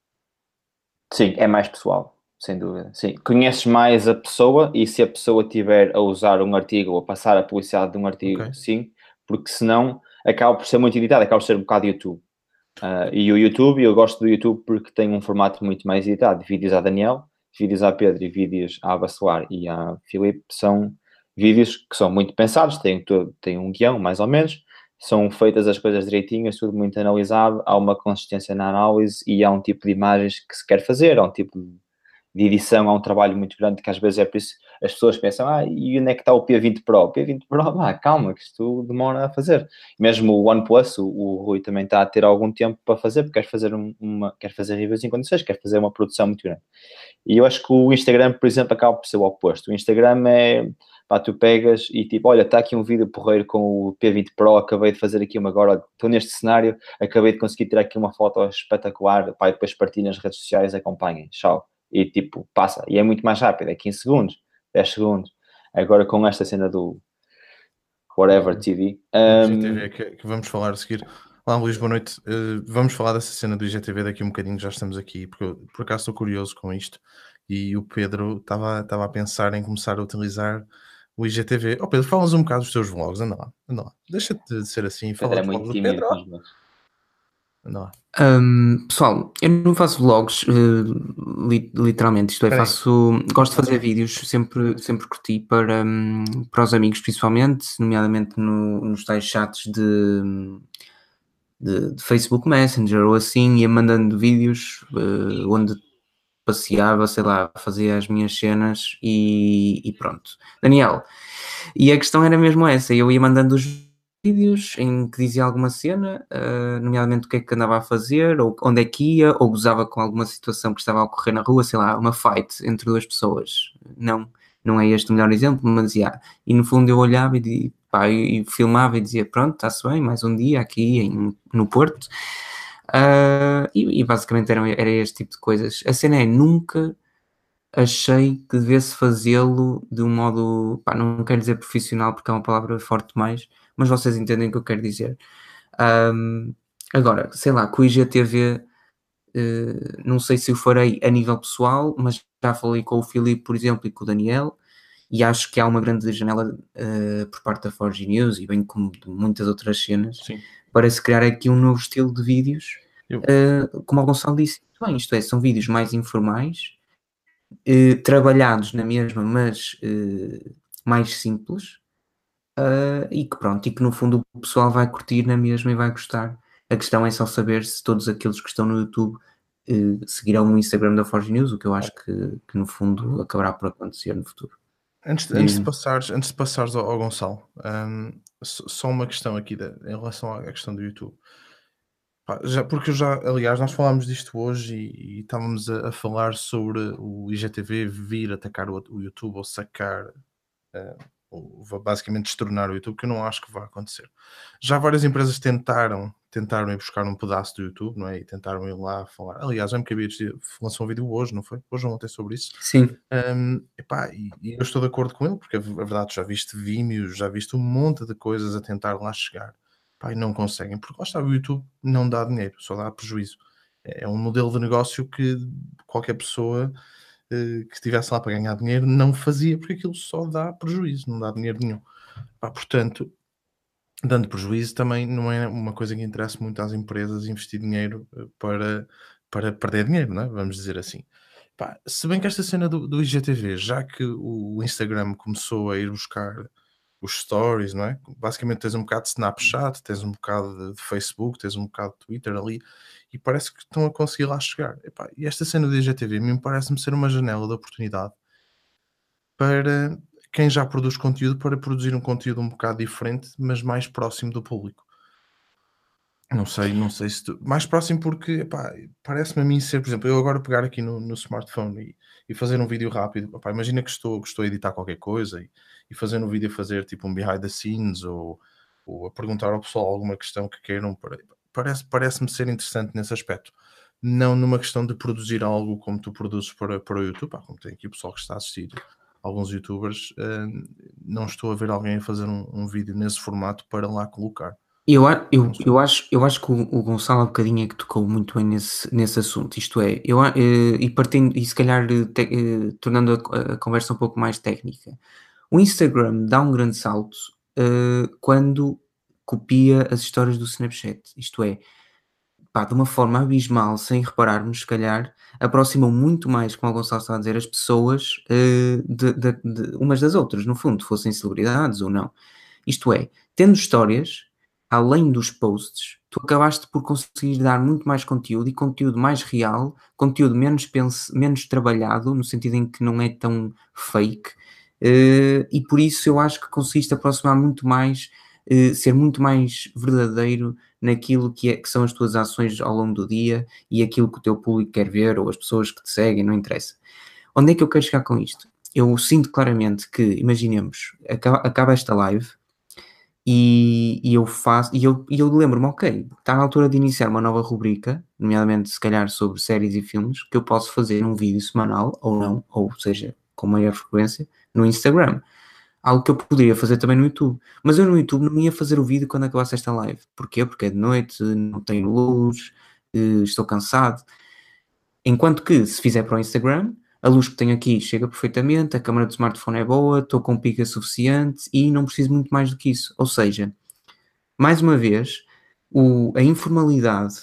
Sim, é mais pessoal, sem dúvida. Sim, conheces mais a pessoa, e se a pessoa tiver a usar um artigo ou a passar a publicidade de um artigo, sim, porque senão acaba por ser muito editado, acaba por ser um bocado YouTube. E o YouTube, eu gosto do YouTube porque tem um formato muito mais editado. Vídeos a Daniel, vídeos a Pedro e vídeos a Bacelar e a Filipe são vídeos que são muito pensados, têm um guião, mais ou menos, são feitas as coisas direitinhas, tudo muito analisado, há uma consistência na análise e há um tipo de imagens que se quer fazer, há um tipo de edição, há um trabalho muito grande que às vezes é por isso as pessoas pensam, e onde é que está o P20 Pro? O P20 Pro, calma, que isto demora a fazer. Mesmo o OnePlus, o Rui também está a ter algum tempo para fazer, porque quer fazer reviews em condições, quer fazer uma produção muito grande. E eu acho que o Instagram, por exemplo, acaba por ser o oposto. O Instagram é, tu pegas e tipo, olha, está aqui um vídeo porreiro com o P20 Pro, acabei de fazer aqui uma agora, estou neste cenário, acabei de conseguir tirar aqui uma foto espetacular, e depois partilho nas redes sociais, acompanhem, tchau. E tipo, passa. E é muito mais rápido, é 15 segundos, 10 segundos. Agora com esta cena do Whatever TV. IGTV, que vamos falar a seguir. Olá, Luís, boa noite. Vamos falar dessa cena do IGTV daqui um bocadinho, já estamos aqui, porque eu, por acaso estou curioso com isto. E o Pedro estava a pensar em começar a utilizar o IGTV. Pedro, fala-nos um bocado dos teus vlogs, anda lá. Deixa-te de ser assim, fala É muito tímido com os meus. Anda lá. Pessoal, eu não faço vlogs, literalmente, isto é, gosto de fazer vídeos, sempre curti para os amigos, principalmente, nomeadamente nos tais chats de Facebook Messenger ou assim, ia mandando vídeos onde passeava, sei lá, fazia as minhas cenas e pronto. Daniel, e a questão era mesmo essa, eu ia mandando os vídeos em que dizia alguma cena, nomeadamente o que é que andava a fazer, ou onde é que ia, ou gozava com alguma situação que estava a ocorrer na rua, sei lá, uma fight entre duas pessoas. Não é este o melhor exemplo, mas já. E no fundo eu olhava e filmava e dizia, pronto, está-se bem, mais um dia aqui no Porto. E basicamente era este tipo de coisas. A cena é, nunca achei que devesse fazê-lo de um modo, não quero dizer profissional porque é uma palavra forte demais, mas vocês entendem o que eu quero dizer. Agora, sei lá, com o IGTV, não sei se o farei a nível pessoal, mas já falei com o Filipe, por exemplo, e com o Daniel, e acho que há uma grande janela por parte da Forge News, e bem como de muitas outras cenas, Sim. para se criar aqui um novo estilo de vídeos, como o Gonçalo disse, bem, isto é, são vídeos mais informais, trabalhados na mesma, mas mais simples, e que no fundo o pessoal vai curtir na mesma e vai gostar. A questão é só saber se todos aqueles que estão no YouTube seguirão o Instagram da Forge News, o que eu acho que no fundo acabará por acontecer no futuro. Antes de passares ao Gonçalo, só uma questão aqui em relação à questão do YouTube. Aliás, nós falámos disto hoje e estávamos a falar sobre o IGTV vir atacar o YouTube ou sacar, ou basicamente destronar o YouTube, que eu não acho que vai acontecer. Já várias empresas tentaram ir buscar um pedaço do YouTube, não é? E tentaram ir lá falar. Aliás, a MKB lançou um vídeo hoje, não foi? Hoje ou ontem sobre isso. Sim. E eu estou de acordo com ele, porque a verdade, já viste Vimeo, já viste um monte de coisas a tentar lá chegar. E não conseguem, porque lá está, o YouTube não dá dinheiro, só dá prejuízo. É um modelo de negócio que qualquer pessoa que estivesse lá para ganhar dinheiro não fazia, porque aquilo só dá prejuízo, não dá dinheiro nenhum. Portanto, dando prejuízo também não é uma coisa que interessa muito às empresas investir dinheiro para perder dinheiro, não é? Vamos dizer assim. Se bem que esta cena do IGTV, já que o Instagram começou a ir buscar os stories, não é? Basicamente tens um bocado de Snapchat, tens um bocado de Facebook, tens um bocado de Twitter ali, e parece que estão a conseguir lá chegar. E esta cena do IGTV parece-me ser uma janela de oportunidade para quem já produz conteúdo para produzir um conteúdo um bocado diferente, mas mais próximo do público. Não sei se tu... Mais próximo porque, epá, parece-me a mim ser, por exemplo, eu agora pegar aqui no smartphone e fazer um vídeo rápido. Epá, imagina que estou a editar qualquer coisa e fazer no vídeo, fazer tipo um behind the scenes ou a perguntar ao pessoal alguma questão que queiram. Parece-me ser interessante nesse aspecto. Não numa questão de produzir algo como tu produzes para o YouTube, como tem aqui o pessoal que está a assistir, alguns youtubers, não estou a ver alguém a fazer um vídeo nesse formato para lá colocar. Eu acho que o Gonçalo há bocadinho é que tocou muito bem nesse assunto. Isto é, e partindo, e se calhar tornando a conversa um pouco mais técnica, o Instagram dá um grande salto quando copia as histórias do Snapchat. Isto é, pá, de uma forma abismal, sem repararmos, se calhar, aproximam muito mais, como o Gonçalo estava a dizer, as pessoas de umas das outras, no fundo, fossem celebridades ou não. Isto é, tendo histórias, além dos posts, tu acabaste por conseguir dar muito mais conteúdo e conteúdo mais real, conteúdo menos trabalhado, no sentido em que não é tão fake, e por isso eu acho que conseguiste aproximar muito mais, ser muito mais verdadeiro naquilo que são as tuas ações ao longo do dia e aquilo que o teu público quer ver ou as pessoas que te seguem, não interessa. Onde é que eu quero chegar com isto? Eu sinto claramente que, imaginemos, acaba esta live e eu lembro-me, ok, está na altura de iniciar uma nova rubrica, nomeadamente se calhar sobre séries e filmes, que eu posso fazer um vídeo semanal, ou não, ou seja, com maior frequência, no Instagram. Algo que eu poderia fazer também no YouTube. Mas eu no YouTube não ia fazer o vídeo quando acabasse esta live. Porquê? Porque é de noite, não tenho luz, estou cansado. Enquanto que, se fizer para o Instagram, a luz que tenho aqui chega perfeitamente, a câmera do smartphone é boa, estou com pica suficiente e não preciso muito mais do que isso. Ou seja, mais uma vez, a informalidade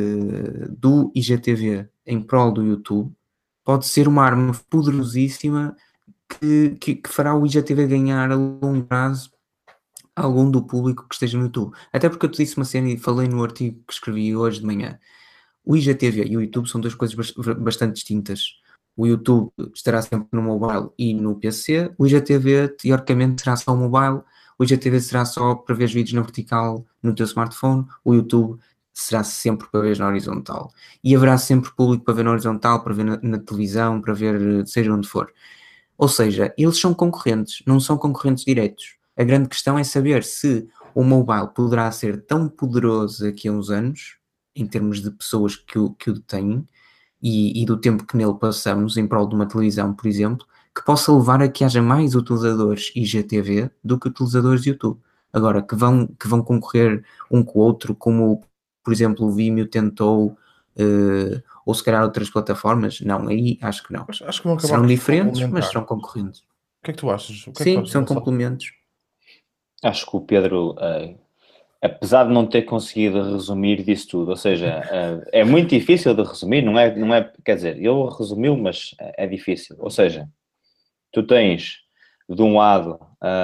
do IGTV em prol do YouTube pode ser uma arma poderosíssima que fará o IGTV ganhar a longo prazo algum do público que esteja no YouTube. Até porque eu te disse uma cena e falei no artigo que escrevi hoje de manhã. O IGTV e o YouTube são duas coisas bastante distintas. O YouTube estará sempre no mobile e no PC. O IGTV, teoricamente, será só mobile. O IGTV será só para ver vídeos na vertical no teu smartphone. O YouTube será sempre para ver na horizontal. E haverá sempre público para ver na horizontal, para ver na televisão, para ver seja onde for. Ou seja, eles são concorrentes, não são concorrentes diretos. A grande questão é saber se o mobile poderá ser tão poderoso daqui a uns anos, em termos de pessoas que o detêm, e do tempo que nele passamos em prol de uma televisão, por exemplo, que possa levar a que haja mais utilizadores IGTV do que utilizadores de YouTube. Agora, que vão concorrer um com o outro, como, por exemplo, o Vimeo tentou, ou se calhar outras plataformas, não, aí acho que não. Acho que vão acabar Serão por diferentes, complementar. mas serão concorrentes. O que é que tu achas? Sim, são complementos. Acho que o Pedro, apesar de não ter conseguido resumir disso tudo, ou seja, é muito difícil de resumir, não é, quer dizer, ele resumiu, mas é difícil. Ou seja, tu tens, de um lado,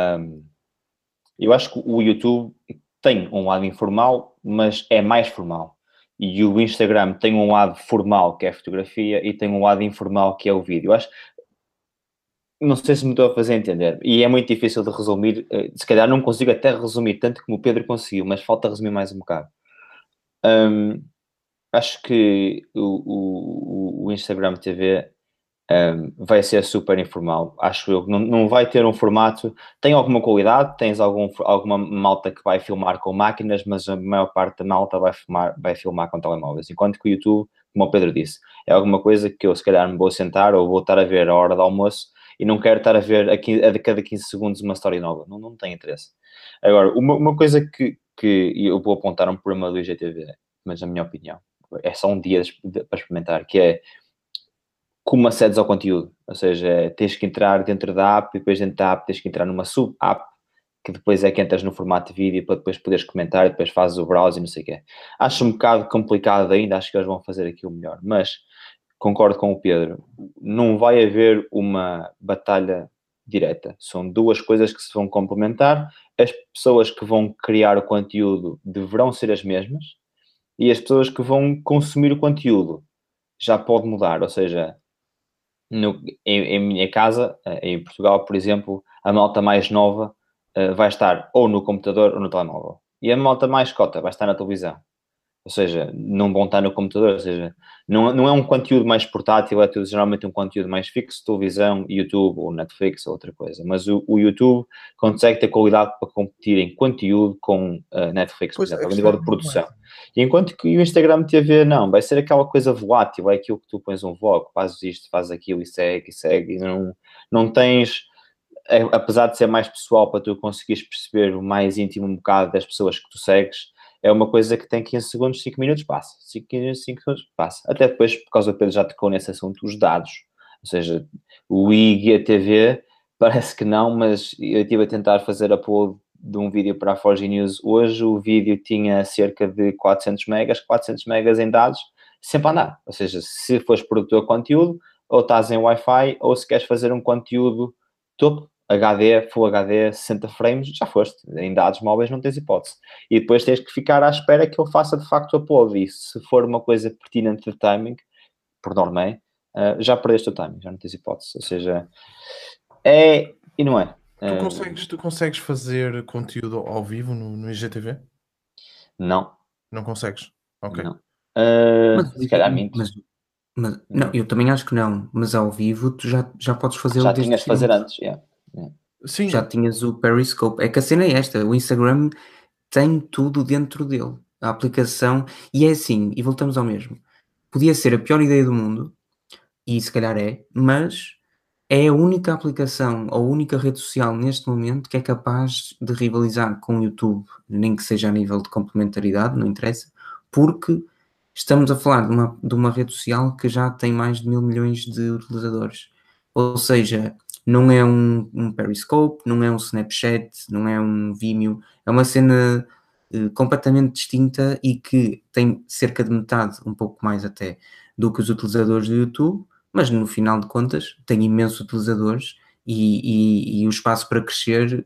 eu acho que o YouTube tem um lado informal, mas é mais formal. E o Instagram tem um lado formal, que é a fotografia, e tem um lado informal, que é o vídeo. Eu acho, não sei se me estou a fazer entender, e é muito difícil de resumir, se calhar não consigo até resumir tanto como o Pedro conseguiu, mas falta resumir mais um bocado. Acho que o Instagram TV vai ser super informal, acho eu, não vai ter um formato, tem alguma qualidade, tens alguma malta que vai filmar com máquinas, mas a maior parte da malta vai filmar com telemóveis, enquanto que o YouTube, como o Pedro disse, é alguma coisa que eu se calhar me vou sentar ou vou estar a ver a hora do almoço e não quero estar a ver a cada 15 segundos uma história nova, não tem interesse. Agora, uma coisa que eu vou apontar um problema do IGTV, mas na minha opinião, é só um dia para experimentar, que é como acedes ao conteúdo, ou seja, tens que entrar dentro da app e depois dentro da app tens que entrar numa sub-app que depois é que entras no formato de vídeo para depois poderes comentar e depois fazes o browse e não sei o quê. Acho um bocado complicado ainda, acho que eles vão fazer aquilo melhor, mas concordo com o Pedro, não vai haver uma batalha direta, são duas coisas que se vão complementar, as pessoas que vão criar o conteúdo deverão ser as mesmas e as pessoas que vão consumir o conteúdo já pode mudar, ou seja, em minha casa, em Portugal, por exemplo, a malta mais nova vai estar ou no computador ou no telemóvel. E a malta mais cota vai estar na televisão. Ou seja, não vão estar no computador, ou seja, não é um conteúdo mais portátil, é tudo, geralmente um conteúdo mais fixo, televisão, YouTube ou Netflix ou outra coisa. Mas o YouTube consegue ter qualidade para competir em conteúdo com Netflix, por Pois, a exemplo, a questão nível é de mesmo produção. essa. E enquanto que o Instagram TV, não, vai ser aquela coisa volátil, é aquilo que tu pões um vlog, fazes isto, fazes aquilo e segue, e não tens, apesar de ser mais pessoal para tu conseguires perceber o mais íntimo um bocado das pessoas que tu segues, é uma coisa que tem 15 segundos, 5 minutos, passa. 5 minutos, 5 segundos, passa. Até depois, por causa do Pedro já tocou nesse assunto, os dados. Ou seja, o IGTV, parece que não, mas eu estive a tentar fazer upload de um vídeo para a Forge News hoje. O vídeo tinha cerca de 400 megas em dados, sempre a andar. Ou seja, se fores produtor de conteúdo, ou estás em Wi-Fi, ou se queres fazer um conteúdo topo, HD, Full HD, 60 frames, já foste. Em dados móveis não tens hipótese. E depois tens que ficar à espera que ele faça de facto o upload. E se for uma coisa pertinente de timing, por norma já perdeste o timing, já não tens hipótese. Ou seja, é e não é. Tu consegues fazer conteúdo ao vivo no IGTV? Não, Não consegues? Ok. não. Mas, Se calhar minto. não, eu também acho que não. Mas ao vivo tu já podes fazê-lo Já desde tinhas de fazer sempre. antes, yeah. Yeah. Já Sim, tinhas o Periscope. É que a cena é esta: o Instagram tem tudo dentro dele. A aplicação. E é assim, e voltamos ao mesmo. Podia ser a pior ideia do mundo, e se calhar é, mas é a única aplicação ou a única rede social neste momento que é capaz de rivalizar com o YouTube, nem que seja a nível de complementaridade, não interessa, porque estamos a falar de uma rede social que já tem mais de 1.000 milhões de utilizadores. Ou seja, não é um Periscope, não é um Snapchat, não é um Vimeo, é uma cena completamente distinta e que tem cerca de metade, um pouco mais até, do que os utilizadores do YouTube, mas no final de contas tem imensos utilizadores e o espaço para crescer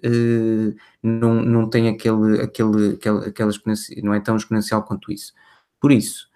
não tem aquela exponencial, não é tão exponencial quanto isso. Por isso,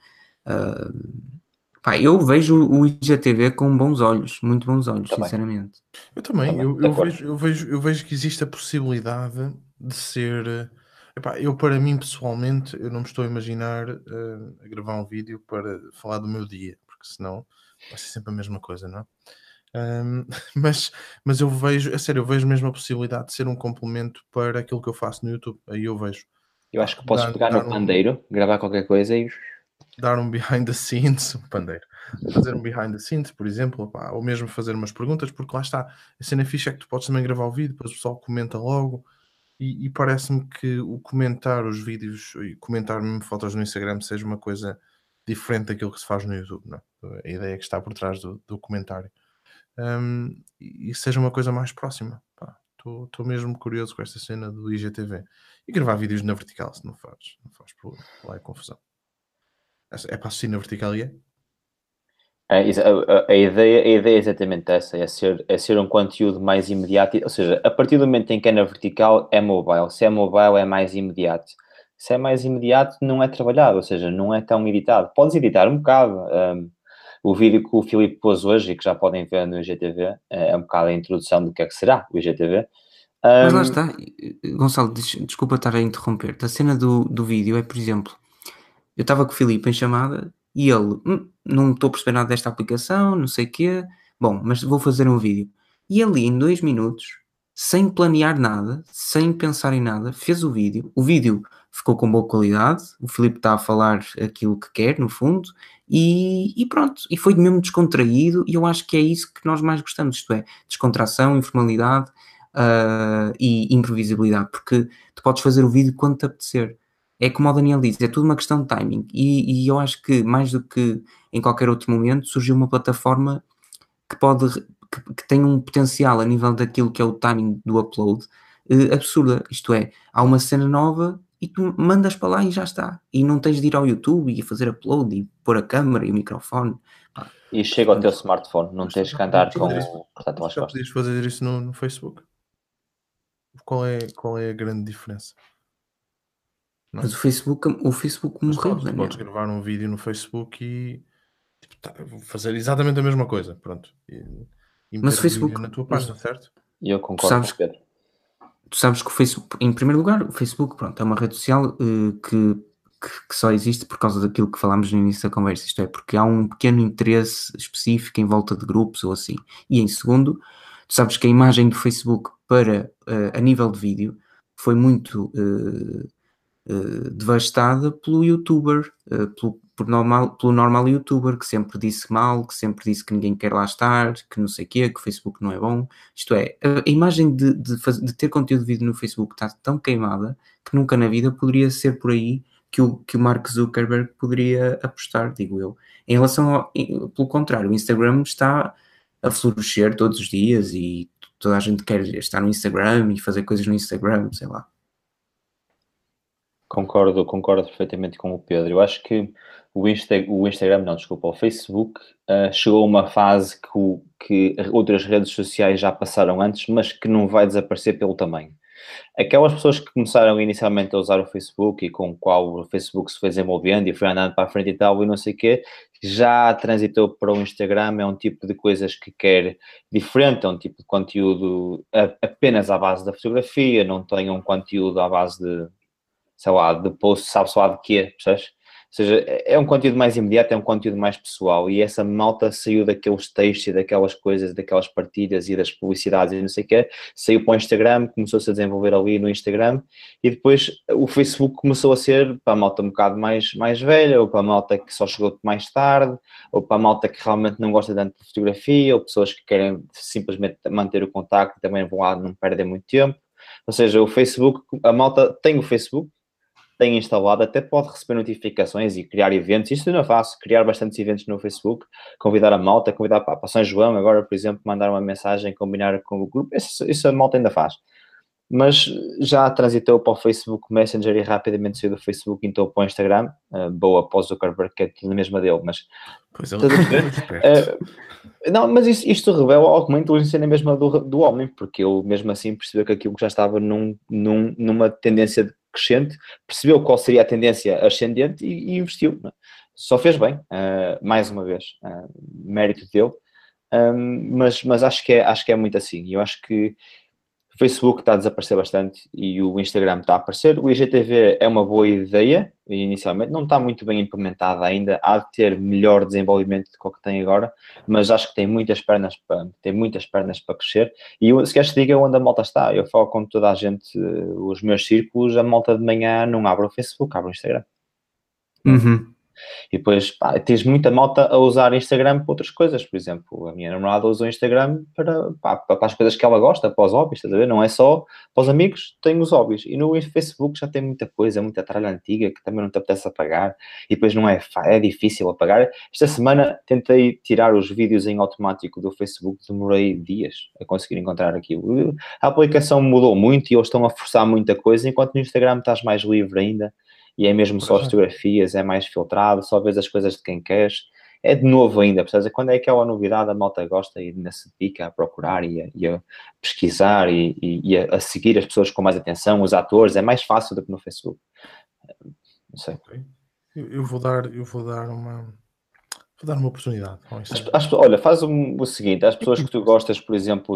pá, eu vejo o IGTV com bons olhos, muito bons olhos, Tá bem, sinceramente. eu também. tá bem, Eu, de eu acordo. vejo, eu vejo, eu vejo que existe a possibilidade de ser. Epá, eu, para mim, pessoalmente, eu não me estou a imaginar a gravar um vídeo para falar do meu dia, porque senão vai ser sempre a mesma coisa, não é? Ahm, mas, mas eu vejo, a sério, eu vejo mesmo a possibilidade de ser um complemento para aquilo que eu faço no YouTube. Aí eu vejo. Eu Pá, acho que podes pegar no pandeiro, gravar qualquer coisa e dar um behind the scenes, um pandeiro, fazer um behind the scenes, por exemplo, pá, ou mesmo fazer umas perguntas, porque lá está, a cena fixe é que tu podes também gravar o vídeo, depois o pessoal comenta logo, e parece-me que o comentar os vídeos e comentar mesmo fotos no Instagram seja uma coisa diferente daquilo que se faz no YouTube, não é? A ideia que está por trás do comentário. E seja uma coisa mais próxima. Estou mesmo curioso com esta cena do IGTV. E gravar vídeos na vertical, se não faz problema. Lá é confusão. É para assistir na vertical e é? a ideia é exatamente essa, é ser um conteúdo mais imediato, ou seja, a partir do momento em que é na vertical é mobile, se é mobile é mais imediato, se é mais imediato não é trabalhado, ou seja, não é tão editado, podes editar um bocado, o vídeo que o Filipe pôs hoje e que já podem ver no IGTV, é um bocado a introdução do que é que será o IGTV. Mas lá está, Gonçalo, desculpa estar a interromper. A cena do vídeo é, por exemplo, eu estava com o Filipe em chamada e ele, não estou a perceber nada desta aplicação, não sei o quê, bom, mas vou fazer um vídeo. E ali em 2 minutos, sem planear nada, sem pensar em nada, fez o vídeo ficou com boa qualidade, o Filipe está a falar aquilo que quer, no fundo, e pronto, e foi mesmo descontraído, e eu acho que é isso que nós mais gostamos, isto é, descontração, informalidade, e imprevisibilidade, porque tu podes fazer o vídeo quando te apetecer. É como o Daniel diz, é tudo uma questão de timing. E eu acho que, mais do que em qualquer outro momento, surgiu uma plataforma que tem um potencial a nível daquilo que é o timing do upload absurda. Isto é, há uma cena nova e tu mandas para lá e já está. E não tens de ir ao YouTube e fazer upload e pôr a câmera e o microfone. E chega ao teu smartphone, não Mas tu tens já que podias andar com fazer isso, o portátil mas às tu já costas. podias fazer isso no Facebook. Qual é a grande diferença? Não Mas é? o Facebook Mas morreu, podes Daniel. gravar um vídeo no Facebook Vou fazer exatamente a mesma coisa, pronto. E Mas o meter o vídeo Facebook, na tua página, certo? E eu tu concordo sabes, com o Pedro. tu sabes que o Facebook, em primeiro lugar, o Facebook, pronto, é uma rede social que só existe por causa daquilo que falámos no início da conversa, isto é, porque há um pequeno interesse específico em volta de grupos ou assim. E em segundo, tu sabes que a imagem do Facebook para, a nível de vídeo, foi muito devastada pelo youtuber, pelo normal youtuber, que sempre disse mal, que sempre disse que ninguém quer lá estar, que não sei o quê, que o Facebook não é bom. Isto é, a imagem de ter conteúdo de vídeo no Facebook está tão queimada que nunca na vida poderia ser por aí que o Mark Zuckerberg poderia apostar, digo eu. Em relação pelo contrário, o Instagram está a florescer todos os dias e toda a gente quer estar no Instagram e fazer coisas no Instagram, sei lá. Concordo perfeitamente com o Pedro. Eu acho que o Instagram, não, desculpa, o Facebook chegou a uma fase que outras redes sociais já passaram antes, mas que não vai desaparecer pelo tamanho. Aquelas pessoas que começaram inicialmente a usar o Facebook e com o qual o Facebook se foi desenvolvendo e foi andando para a frente e tal e não sei o quê, já transitou para o Instagram, é um tipo de coisas que quer diferente, é um tipo de conteúdo apenas à base da fotografia, não tem um conteúdo à base de, sei lá, de post, sabe-se lá de quê, percebes? Ou seja, é um conteúdo mais imediato, é um conteúdo mais pessoal e essa malta saiu daqueles textos e daquelas coisas, daquelas partilhas e das publicidades e não sei o quê, saiu para o Instagram, começou-se a desenvolver ali no Instagram e depois o Facebook começou a ser para a malta um bocado mais velha ou para a malta que só chegou mais tarde ou para a malta que realmente não gosta tanto de fotografia ou pessoas que querem simplesmente manter o contacto e também vão lá não perdem muito tempo. Ou seja, o Facebook, a malta tem o Facebook, tem instalado, até pode receber notificações e criar eventos. Isto eu não faço, criar bastantes eventos no Facebook, convidar a malta, convidar para São João, agora, por exemplo, mandar uma mensagem, combinar com o grupo. Isso a malta ainda faz. Mas já transitou para o Facebook Messenger e rapidamente saiu do Facebook e então para o Instagram. Boa para o Zuckerberg, que é tudo a mesma dele, mas... Pois é, não, mas isto revela alguma inteligência na mesma do homem, porque ele mesmo assim percebeu que aquilo que já estava numa tendência crescente, percebeu qual seria a tendência ascendente e investiu. Não é? Só fez bem, mais uma vez, mérito dele, mas acho que é muito assim. Eu acho que o Facebook está a desaparecer bastante e o Instagram está a aparecer. O IGTV é uma boa ideia, inicialmente, não está muito bem implementada ainda, há de ter melhor desenvolvimento do que o que tem agora, mas acho que tem muitas pernas para crescer. E se queres que diga onde a malta está, eu falo com toda a gente, os meus círculos, a malta de manhã não abre o Facebook, abre o Instagram. Uhum. E depois, tens muita malta a usar Instagram para outras coisas. Por exemplo, a minha namorada usa o Instagram para as coisas que ela gosta, para os hobbies, estás a ver? Não é só para os amigos, tem os hobbies. E no Facebook já tem muita coisa, muita tralha antiga que também não te apetece apagar. E depois não é difícil apagar. Esta semana tentei tirar os vídeos em automático do Facebook, demorei dias a conseguir encontrar aquilo. A aplicação mudou muito e eles estão a forçar muita coisa, enquanto no Instagram estás mais livre ainda. E é mesmo só fotografias, é mais filtrado, só vês as coisas de quem queres. É de novo ainda, percebes? Quando é aquela novidade, a malta gosta e ainda se dedica a procurar e a pesquisar e a seguir as pessoas com mais atenção, os atores, é mais fácil do que no Facebook. Não sei. Okay. Eu vou dar uma oportunidade. Olha, faz o seguinte, as pessoas que tu gostas, por exemplo,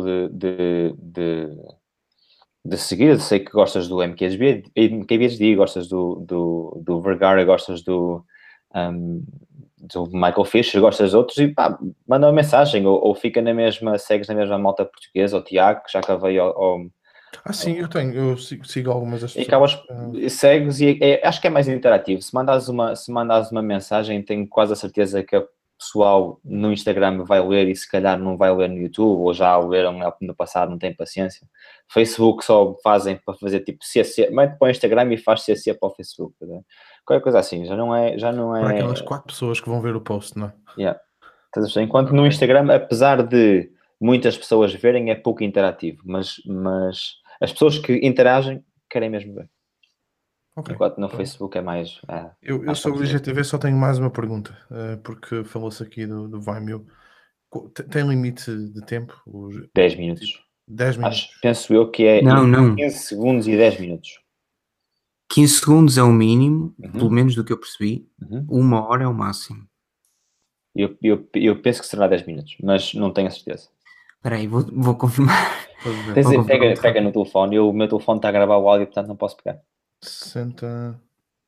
de seguir, sei que gostas do MKBHD, gostas do Vergara, gostas do Michael Fisher, gostas de outros e manda uma mensagem ou fica na mesma, segues na mesma malta portuguesa, o Tiago, que já acabei sim, eu sigo algumas das pessoas. E acabas, segues e acho que é mais interativo. Se mandas uma mensagem, tenho quase a certeza que a pessoal no Instagram vai ler e se calhar não vai ler no YouTube ou já leram no passado, não tem paciência. Facebook só fazem para fazer tipo CC, mete para o Instagram e faz CC para o Facebook, tá? Qualquer coisa assim, já não é para aquelas 4 pessoas que vão ver o post, não é? Yeah. Enquanto no Instagram, apesar de muitas pessoas verem, é pouco interativo, mas as pessoas que interagem querem mesmo ver. Enquanto no Facebook é mais... eu sobre o IGTV só tenho mais uma pergunta, porque falou-se aqui do Vimeo. Tem limite de tempo? 10 minutos. 10 minutos. Penso eu que é não. 15 segundos e 10 minutos. 15 segundos é o mínimo, pelo menos do que eu percebi. Uhum. 1 hora é o máximo. Eu penso que será 10 minutos, mas não tenho a certeza. Espera aí, vou confirmar. Quer dizer, Vou confirmar. pega no telefone. O meu telefone está a gravar o áudio, portanto não posso pegar. 60.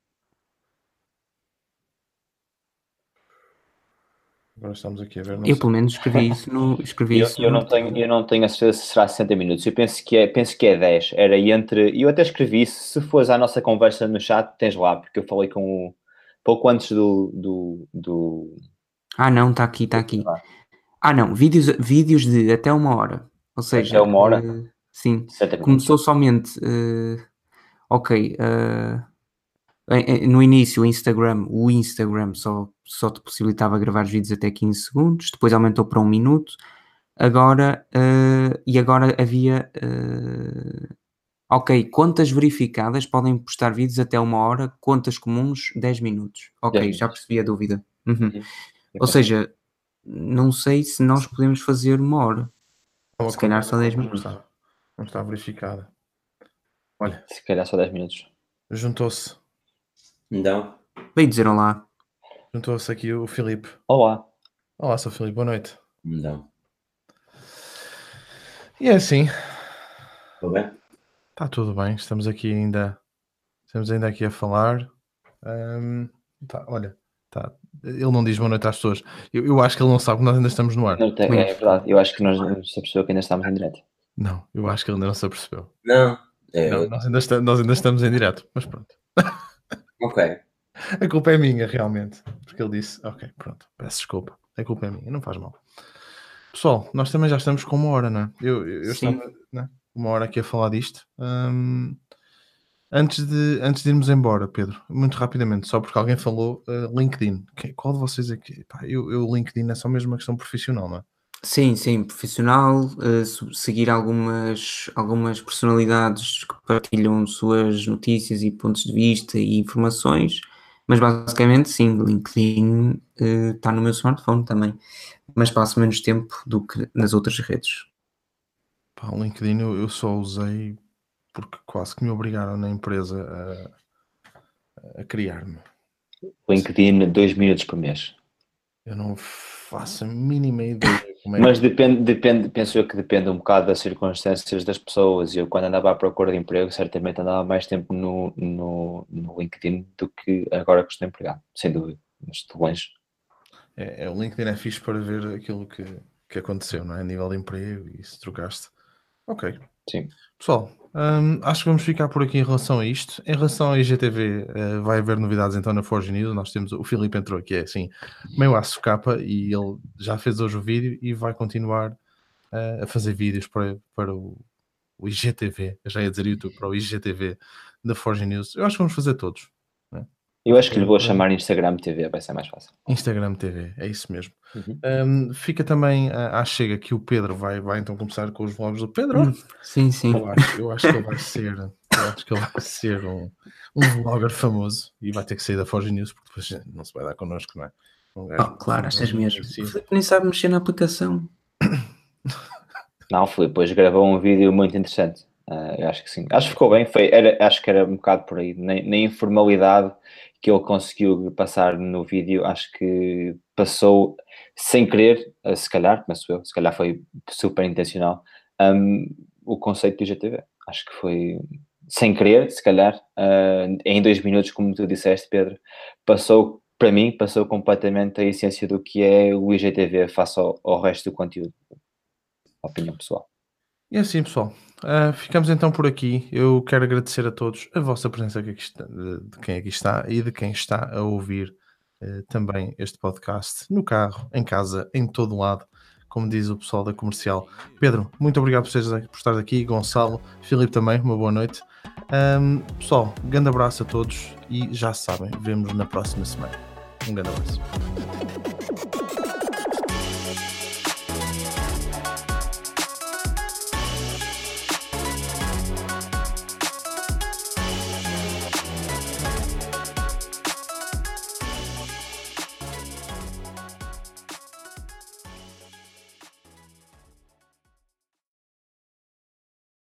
Agora estamos aqui a ver. Eu pelo menos escrevi isso no. Eu não tenho a certeza se será 60 minutos. Eu penso que é 10. Era entre. Eu até escrevi isso. Se fores à nossa conversa no chat, tens lá, porque eu falei com o. Pouco antes do. Ah, não, está aqui. Ah, não, vídeos de até 1 hora. Ou seja, Até 1 hora? Sim. 60 minutos. Começou somente. Ok. No início, o Instagram só te possibilitava gravar os vídeos até 15 segundos, depois aumentou para 1 minuto, agora havia, ok, contas verificadas podem postar vídeos até 1 hora, contas comuns 10 minutos. Ok, 10 já minutos. percebi a dúvida. Ou seja, não sei se nós podemos fazer 1 hora, se calhar só 10 minutos. Não está verificada. Olha, Se calhar só 10 minutos. juntou-se Então, Bem dizer olá. aqui o Filipe. Olá. Olá, Sr. Filipe, boa noite. então. E é assim, Tudo bem? está tudo bem, estamos ainda aqui a falar. Olha, ele não diz boa noite às pessoas. Eu acho que ele não sabe que nós ainda estamos no ar. Não tem, é verdade. Eu acho que nós não se apercebeu que ainda estamos em direto. Não, eu acho que ele ainda não se apercebeu. Não. Não, nós ainda estamos em direto, mas pronto. Ok. A culpa é minha, realmente. Porque ele disse, ok, pronto, peço desculpa. A culpa é minha, não faz mal. Pessoal, nós também já estamos com 1 hora, não é? Eu Sim. estava, né, 1 hora aqui a falar disto. Antes de irmos embora, Pedro, muito rapidamente, só porque alguém falou LinkedIn. Qual de vocês aqui? Pá, eu LinkedIn é só mesmo uma questão profissional, não é? Sim, profissional, seguir algumas personalidades que partilham suas notícias e pontos de vista e informações, mas basicamente sim, LinkedIn está no meu smartphone também, mas passo menos tempo do que nas outras redes. Pá, o LinkedIn eu só usei porque quase que me obrigaram na empresa a criar-me. LinkedIn 2 minutos por mês. Eu não faço a mínima ideia como é Mas depende, penso eu que depende um bocado das circunstâncias das pessoas. Eu, quando andava à procura de emprego, certamente andava mais tempo no LinkedIn do que agora que estou empregado, sem dúvida, mas de longe. O LinkedIn é fixe para ver aquilo que aconteceu, não é? A nível de emprego e se trocaste. Ok. Sim. Pessoal, acho que vamos ficar por aqui em relação a isto. Em relação ao IGTV, vai haver novidades então na Forge News. Nós temos o Filipe entrou aqui, é assim, meio à socapa, e ele já fez hoje o vídeo e vai continuar a fazer vídeos para o IGTV. Eu já ia dizer YouTube, para o IGTV da Forge News. Eu acho que vamos fazer todos. Eu acho que lhe vou chamar Instagram TV, vai ser mais fácil. Instagram TV, é isso mesmo. Fica também à chega que o Pedro vai então começar com os vlogs do Pedro. Sim. Eu acho que ele vai ser um vlogger famoso e vai ter que sair da Forge News porque depois não se vai dar connosco, não é? Claro, achas mesmo. O Filipe nem sabe mexer na aplicação. Não, Filipe, depois gravou um vídeo muito interessante. Eu acho que sim. Acho que ficou bem. Acho que era um bocado por aí. Na informalidade que ele conseguiu passar no vídeo, acho que passou sem querer, se calhar, penso eu, se calhar foi super intencional, o conceito do IGTV. Acho que foi sem querer, se calhar, em 2 minutos, como tu disseste, Pedro, passou completamente a essência do que é o IGTV face ao resto do conteúdo. Opinião pessoal. E assim, pessoal, ficamos então por aqui. Eu quero agradecer a todos a vossa presença de quem aqui está e de quem está a ouvir também este podcast no carro, em casa, em todo lado, como diz o pessoal da Comercial. Pedro, muito obrigado por estar aqui. Gonçalo, Filipe também, uma boa noite. Pessoal, um grande abraço a todos e já sabem, vemo-nos na próxima semana. Um grande abraço.